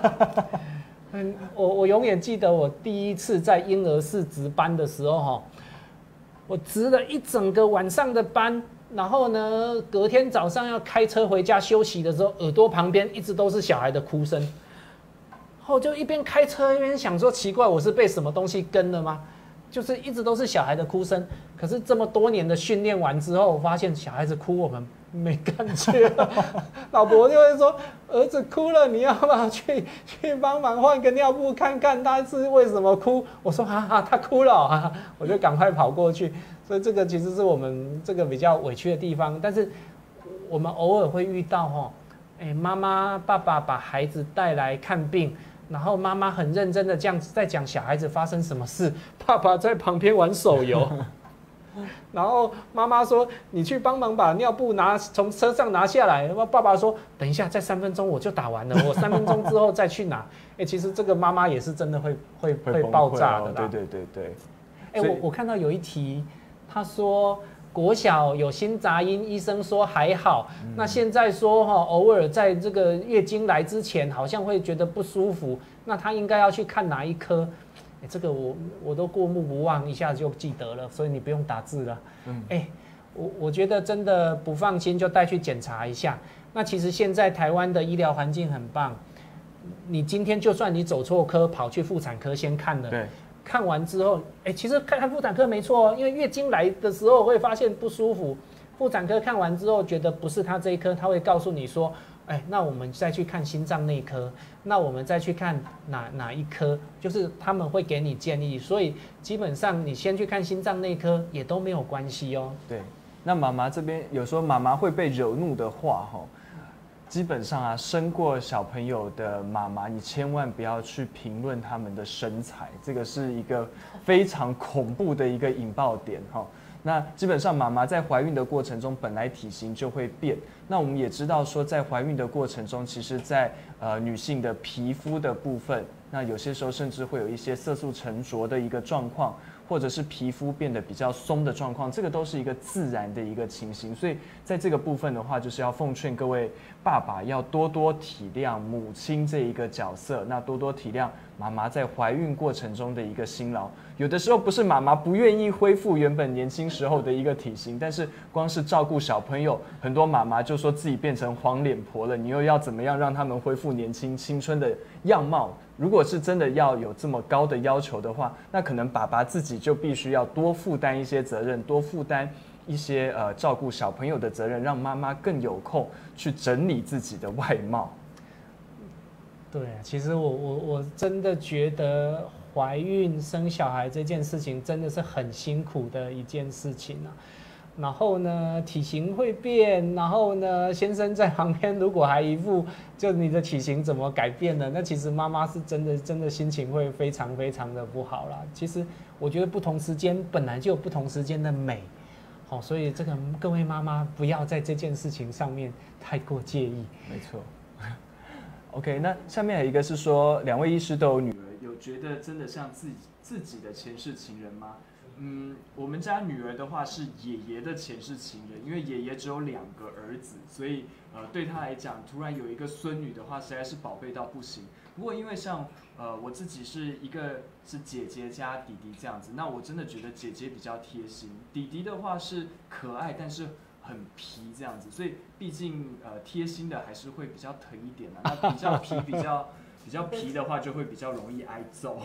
我永远记得我第一次在婴儿室值班的时候，我值了一整个晚上的班，然后呢，隔天早上要开车回家休息的时候，耳朵旁边一直都是小孩的哭声。后就一边开车一边想说，奇怪，我是被什么东西跟了吗？就是一直都是小孩的哭声。可是这么多年的训练完之后，我发现小孩子哭我们没感觉。老婆就会说，儿子哭了，你要不要去帮忙换个尿布看看他是为什么哭？我说他哭了我就赶快跑过去。所以这个其实是我们这个比较委屈的地方，但是我们偶尔会遇到妈妈爸爸把孩子带来看病，然后妈妈很认真的这样子在讲小孩子发生什么事，爸爸在旁边玩手游。然后妈妈说：“你去帮忙把尿布从车上拿下来。”爸爸说：“等一下，再3分钟我就打完了，我3分钟之后再去拿。”其实这个妈妈也是真的会爆炸的啦。对。我看到有一题，他说国小有新杂音，医生说还好。那现在说偶尔在这个月经来之前，好像会觉得不舒服，那他应该要去看哪一科？这个我都过目不忘，一下子就记得了，所以你不用打字了。我觉得真的不放心就带去检查一下。那其实现在台湾的医疗环境很棒，你今天就算你走错科，跑去妇产科先看了， 对， 看完之后，其实看妇产科没错哦，因为月经来的时候会发现不舒服，妇产科看完之后觉得不是他这一科，他会告诉你说，那我们再去看心脏内科，那我们再去看哪一科，就是他们会给你建议，所以基本上你先去看心脏内科也都没有关系哦。 对，那妈妈这边有时候妈妈会被惹怒的话，基本上生过小朋友的妈妈，你千万不要去评论他们的身材，这个是一个非常恐怖的一个引爆点那基本上妈妈在怀孕的过程中，本来体型就会变。那我们也知道说，在怀孕的过程中，其实在女性的皮肤的部分，那有些时候甚至会有一些色素沉着的一个状况，或者是皮肤变得比较松的状况，这个都是一个自然的一个情形。所以在这个部分的话，就是要奉劝各位爸爸要多多体谅母亲这一个角色，那多多体谅妈妈在怀孕过程中的一个辛劳。有的时候不是妈妈不愿意恢复原本年轻时候的一个体型，但是光是照顾小朋友，很多妈妈就说自己变成黄脸婆了，你又要怎么样让他们恢复年轻青春的样貌？如果是真的要有这么高的要求的话，那可能爸爸自己就必须要多负担一些责任，多负担一些照顾小朋友的责任，让妈妈更有空去整理自己的外貌。 对，其实我真的觉得怀孕生小孩这件事情真的是很辛苦的一件事情啊。然后呢，体型会变，然后呢，先生在旁边如果还一副就你的体型怎么改变了，那其实妈妈是真的心情会非常非常的不好啦。其实我觉得不同时间本来就有不同时间的美，所以这个各位妈妈不要在这件事情上面太过介意。 没错。OK， 那下面有一个是说，2位医师都有女儿，有觉得真的像自己的前世情人吗？我们家女儿的话是爷爷的前世情人，因为爷爷只有2个儿子，所以对他来讲，突然有一个孙女的话，实在是宝贝到不行。不过因为像我自己是一个是姐姐加弟弟这样子，那我真的觉得姐姐比较贴心，弟弟的话是可爱，但是很皮这样子，所以毕竟贴心的还是会比较疼一点啦。那比较皮比较皮的话，就会比较容易挨揍。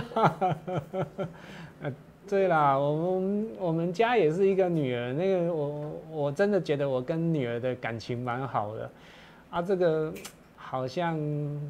对啦，我们家也是一个女儿，那个我真的觉得我跟女儿的感情蛮好的啊。这个好像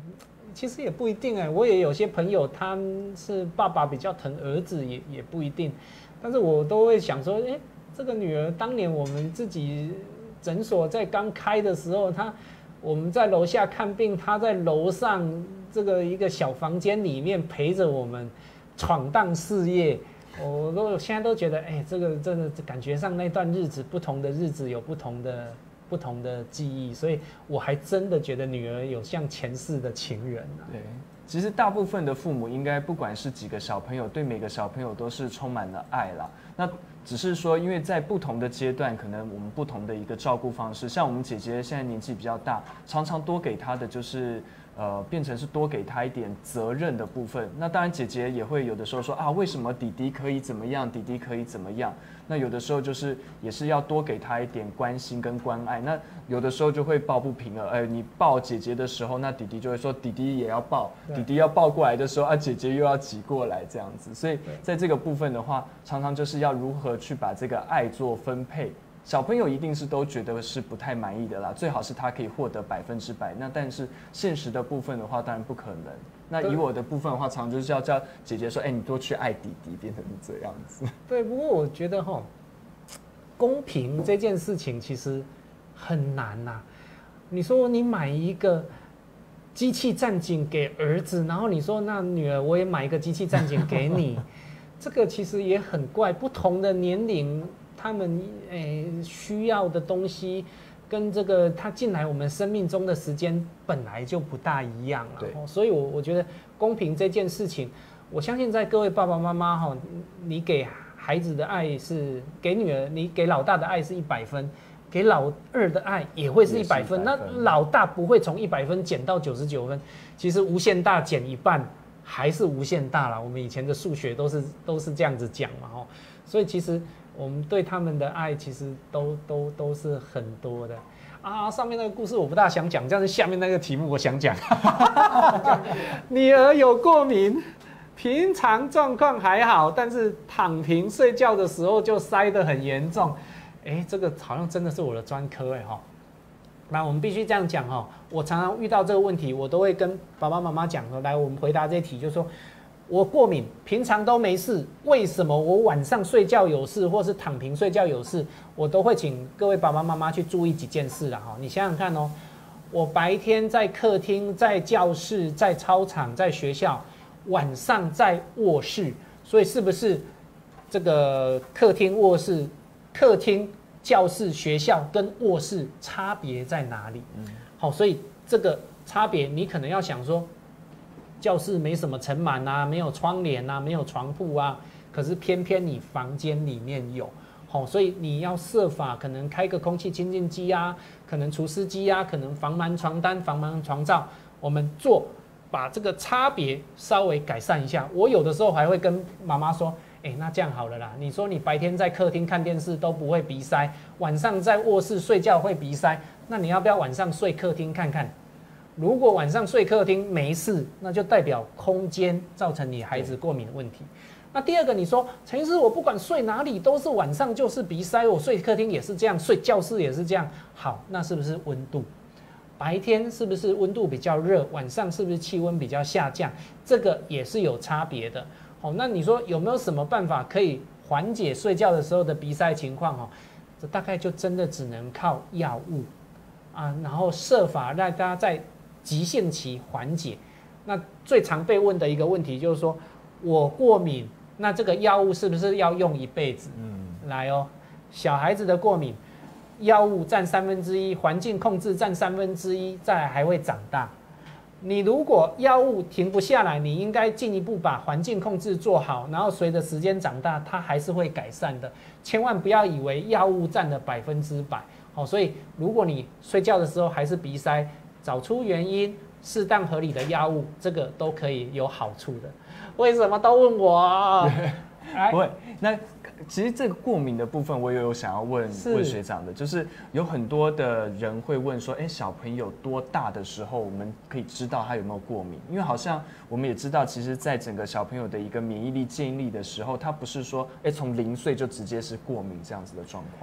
其实也不一定哎，我也有些朋友他是爸爸比较疼儿子，也不一定。但是我都会想说，哎，这个女儿当年我们自己诊所在刚开的时候，我们在楼下看病，她在楼上这个一个小房间里面陪着我们闯荡事业。我现在都觉得，哎，这个真的感觉上那段日子，不同的日子有不同的记忆，所以我还真的觉得女儿有像前世的情人啊。 对，其实大部分的父母应该不管是几个小朋友，对每个小朋友都是充满了爱啦。那只是说，因为在不同的阶段，可能我们不同的一个照顾方式，像我们姐姐现在年纪比较大，常常多给她的就是变成是多给她一点责任的部分。那当然姐姐也会有的时候说啊，为什么弟弟可以怎么样，弟弟可以怎么样？那有的时候就是也是要多给她一点关心跟关爱。那有的时候就会抱不平了，你抱姐姐的时候，那弟弟就会说弟弟也要抱，弟弟要抱过来的时候啊，姐姐又要挤过来这样子。所以在这个部分的话，常常就是要如何去把这个爱做分配。小朋友一定是都觉得是不太满意的啦，最好是他可以获得100%。那但是现实的部分的话，当然不可能。那以我的部分的话，常常就是要叫姐姐说，你多去爱弟弟，变成这样子。 对，不过我觉得公平这件事情其实很难呐。你说你买一个机器战警给儿子，然后你说那女儿我也买一个机器战警给你，这个其实也很怪。不同的年龄，他们需要的东西跟这个他进来我们生命中的时间本来就不大一样了。所以我觉得公平这件事情，我相信在各位爸爸妈妈你给孩子的爱是给女儿，你给老大的爱是100分，给老二的爱也会是100分。那老大不会从100分减到99分，其实无限大减一半还是无限大啦。我们以前的数学都是这样子讲嘛。所以其实我们对他们的爱其实都是很多的啊。上面那个故事我不大想讲，但是下面那个题目我想讲。女儿有过敏，平常状况还好，但是躺平睡觉的时候就塞得很严重。这个好像真的是我的专科那我们必须这样讲我常常遇到这个问题，我都会跟爸爸妈妈讲来，我们回答这些题，就是说我过敏，平常都没事，为什么我晚上睡觉有事，或是躺平睡觉有事？我都会请各位爸爸妈妈去注意几件事啦你想想看我白天在客厅、在教室、在操场、在学校，晚上在卧室，所以是不是这个客厅、卧室、客厅、教室、学校跟卧室差别在哪里？所以这个差别你可能要想说，教室没什么尘螨啊，没有窗帘啊，没有床铺啊，可是偏偏你房间里面有，所以你要设法可能开个空气清净机啊，可能除湿机啊，可能防螨床单、防螨床罩，我们把这个差别稍微改善一下。我有的时候还会跟妈妈说，那这样好了啦，你说你白天在客厅看电视都不会鼻塞，晚上在卧室睡觉会鼻塞，那你要不要晚上睡客厅看看？如果晚上睡客厅没事，那就代表空间造成你孩子过敏的问题。那第二个，你说陈医师，我不管睡哪里都是晚上就是鼻塞，我睡客厅也是这样，睡教室也是这样。好，那是不是温度？白天是不是温度比较热，晚上是不是气温比较下降？这个也是有差别的。那你说有没有什么办法可以缓解睡觉的时候的鼻塞情况？这大概就真的只能靠药物啊，然后设法让大家在急性期缓解。那最常被问的一个问题就是说，我过敏，那这个药物是不是要用一辈子？来小孩子的过敏，药物占1/3，环境控制占1/3，再来还会长大。你如果药物停不下来，你应该进一步把环境控制做好，然后随着时间长大，它还是会改善的。千万不要以为药物占了100%。所以如果你睡觉的时候还是鼻塞，找出原因，适当合理的药物，这个都可以有好处的。为什么都问我？ 不会，那其实这个过敏的部分，我也有想要问学长的，就是有很多的人会问说，小朋友多大的时候我们可以知道他有没有过敏？因为好像我们也知道，其实在整个小朋友的一个免疫力建立的时候，他不是说从0岁就直接是过敏这样子的状况。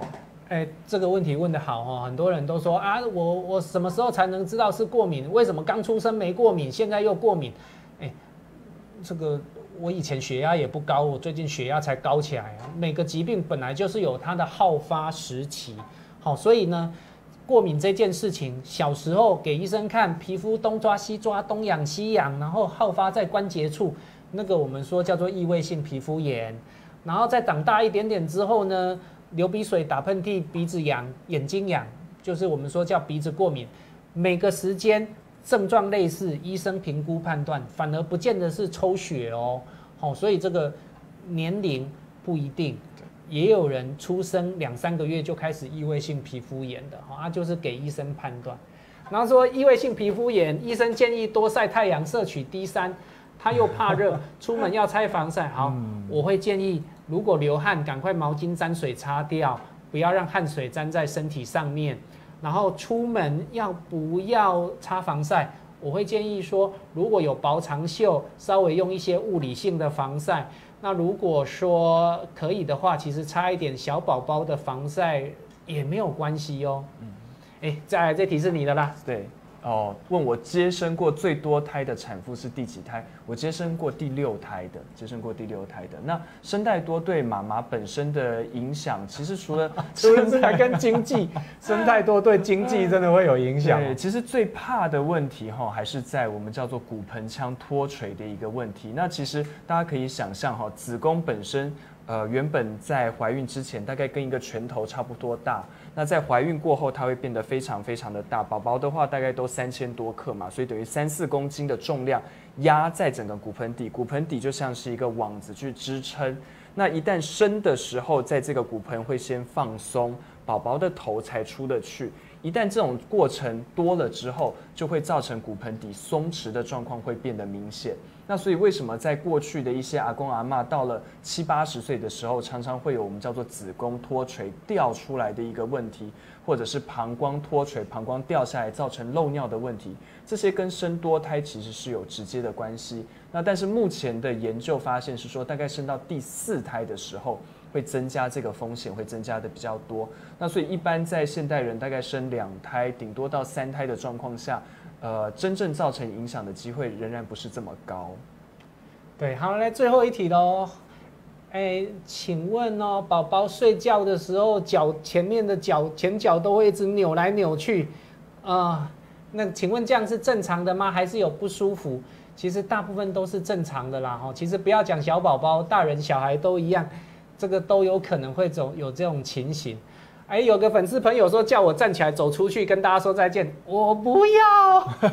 这个问题问得好哦，很多人都说啊，我什么时候才能知道是过敏？为什么刚出生没过敏，现在又过敏？这个我以前血压也不高，我最近血压才高起来啊。每个疾病本来就是有它的好发时期，好，所以呢，过敏这件事情，小时候给医生看，皮肤东抓西抓，东痒西痒，然后好发在关节处，那个我们说叫做异位性皮肤炎。然后再长大一点点之后呢，流鼻水、打喷嚏、鼻子痒、眼睛痒，就是我们说叫鼻子过敏。每个时间症状类似，医生评估判断，反而不见得是抽血哦。好，所以这个年龄不一定，也有人出生2、3个月就开始异位性皮肤炎的，他就是给医生判断。然后说异位性皮肤炎，医生建议多晒太阳，摄取 D3。他又怕热，出门要拆防晒。好，我会建议，如果流汗，赶快毛巾沾水擦掉，不要让汗水沾在身体上面。然后出门不要擦防晒？我会建议说，如果有薄长袖，稍微用一些物理性的防晒。那如果说可以的话，其实擦一点小宝宝的防晒也没有关系哦。再来这题是你的啦。 对。问我接生过最多胎的产妇是第几胎？我接生过第6胎的。那生太多对妈妈本身的影响，其实除了还跟经济，生太多对经济真的会有影响。 对，其实最怕的问题还是在我们叫做骨盆腔脱垂的一个问题。那其实大家可以想象子宫本身。原本在怀孕之前大概跟一个拳头差不多大，那在怀孕过后它会变得非常非常的大。宝宝的话大概都3000多克嘛，所以等于3、4公斤的重量压在整个骨盆底，骨盆底就像是一个网子去支撑。那一旦生的时候，在这个骨盆会先放松，宝宝的头才出得去。一旦这种过程多了之后，就会造成骨盆底松弛的状况会变得明显。那所以为什么在过去的一些阿公阿嬷到了70、80岁的时候，常常会有我们叫做子宫脱垂掉出来的一个问题，或者是膀胱脱垂、膀胱掉下来造成漏尿的问题，这些跟生多胎其实是有直接的关系。那但是目前的研究发现是说，大概生到第4胎的时候，会增加这个风险，会增加的比较多。那所以一般在现代人大概生2胎，顶多到3胎的状况下，真正造成影响的机会仍然不是这么高。 对，好，来最后一题喽。请问哦，宝宝睡觉的时候，前面的前脚都会一直扭来扭去，那请问这样是正常的吗？还是有不舒服？其实大部分都是正常的啦。其实不要讲小宝宝，大人小孩都一样，这个都有可能会有这种情形。有个粉丝朋友说叫我站起来走出去跟大家说再见，我不要。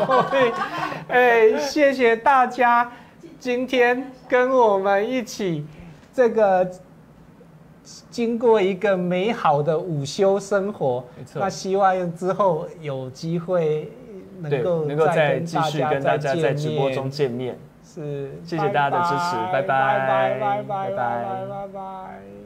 谢谢大家今天跟我们一起这个经过一个美好的午休生活。那希望之后有机会能够再继续跟大家在直播中见面。是，谢谢大家的支持，拜拜，拜拜，拜拜，拜拜。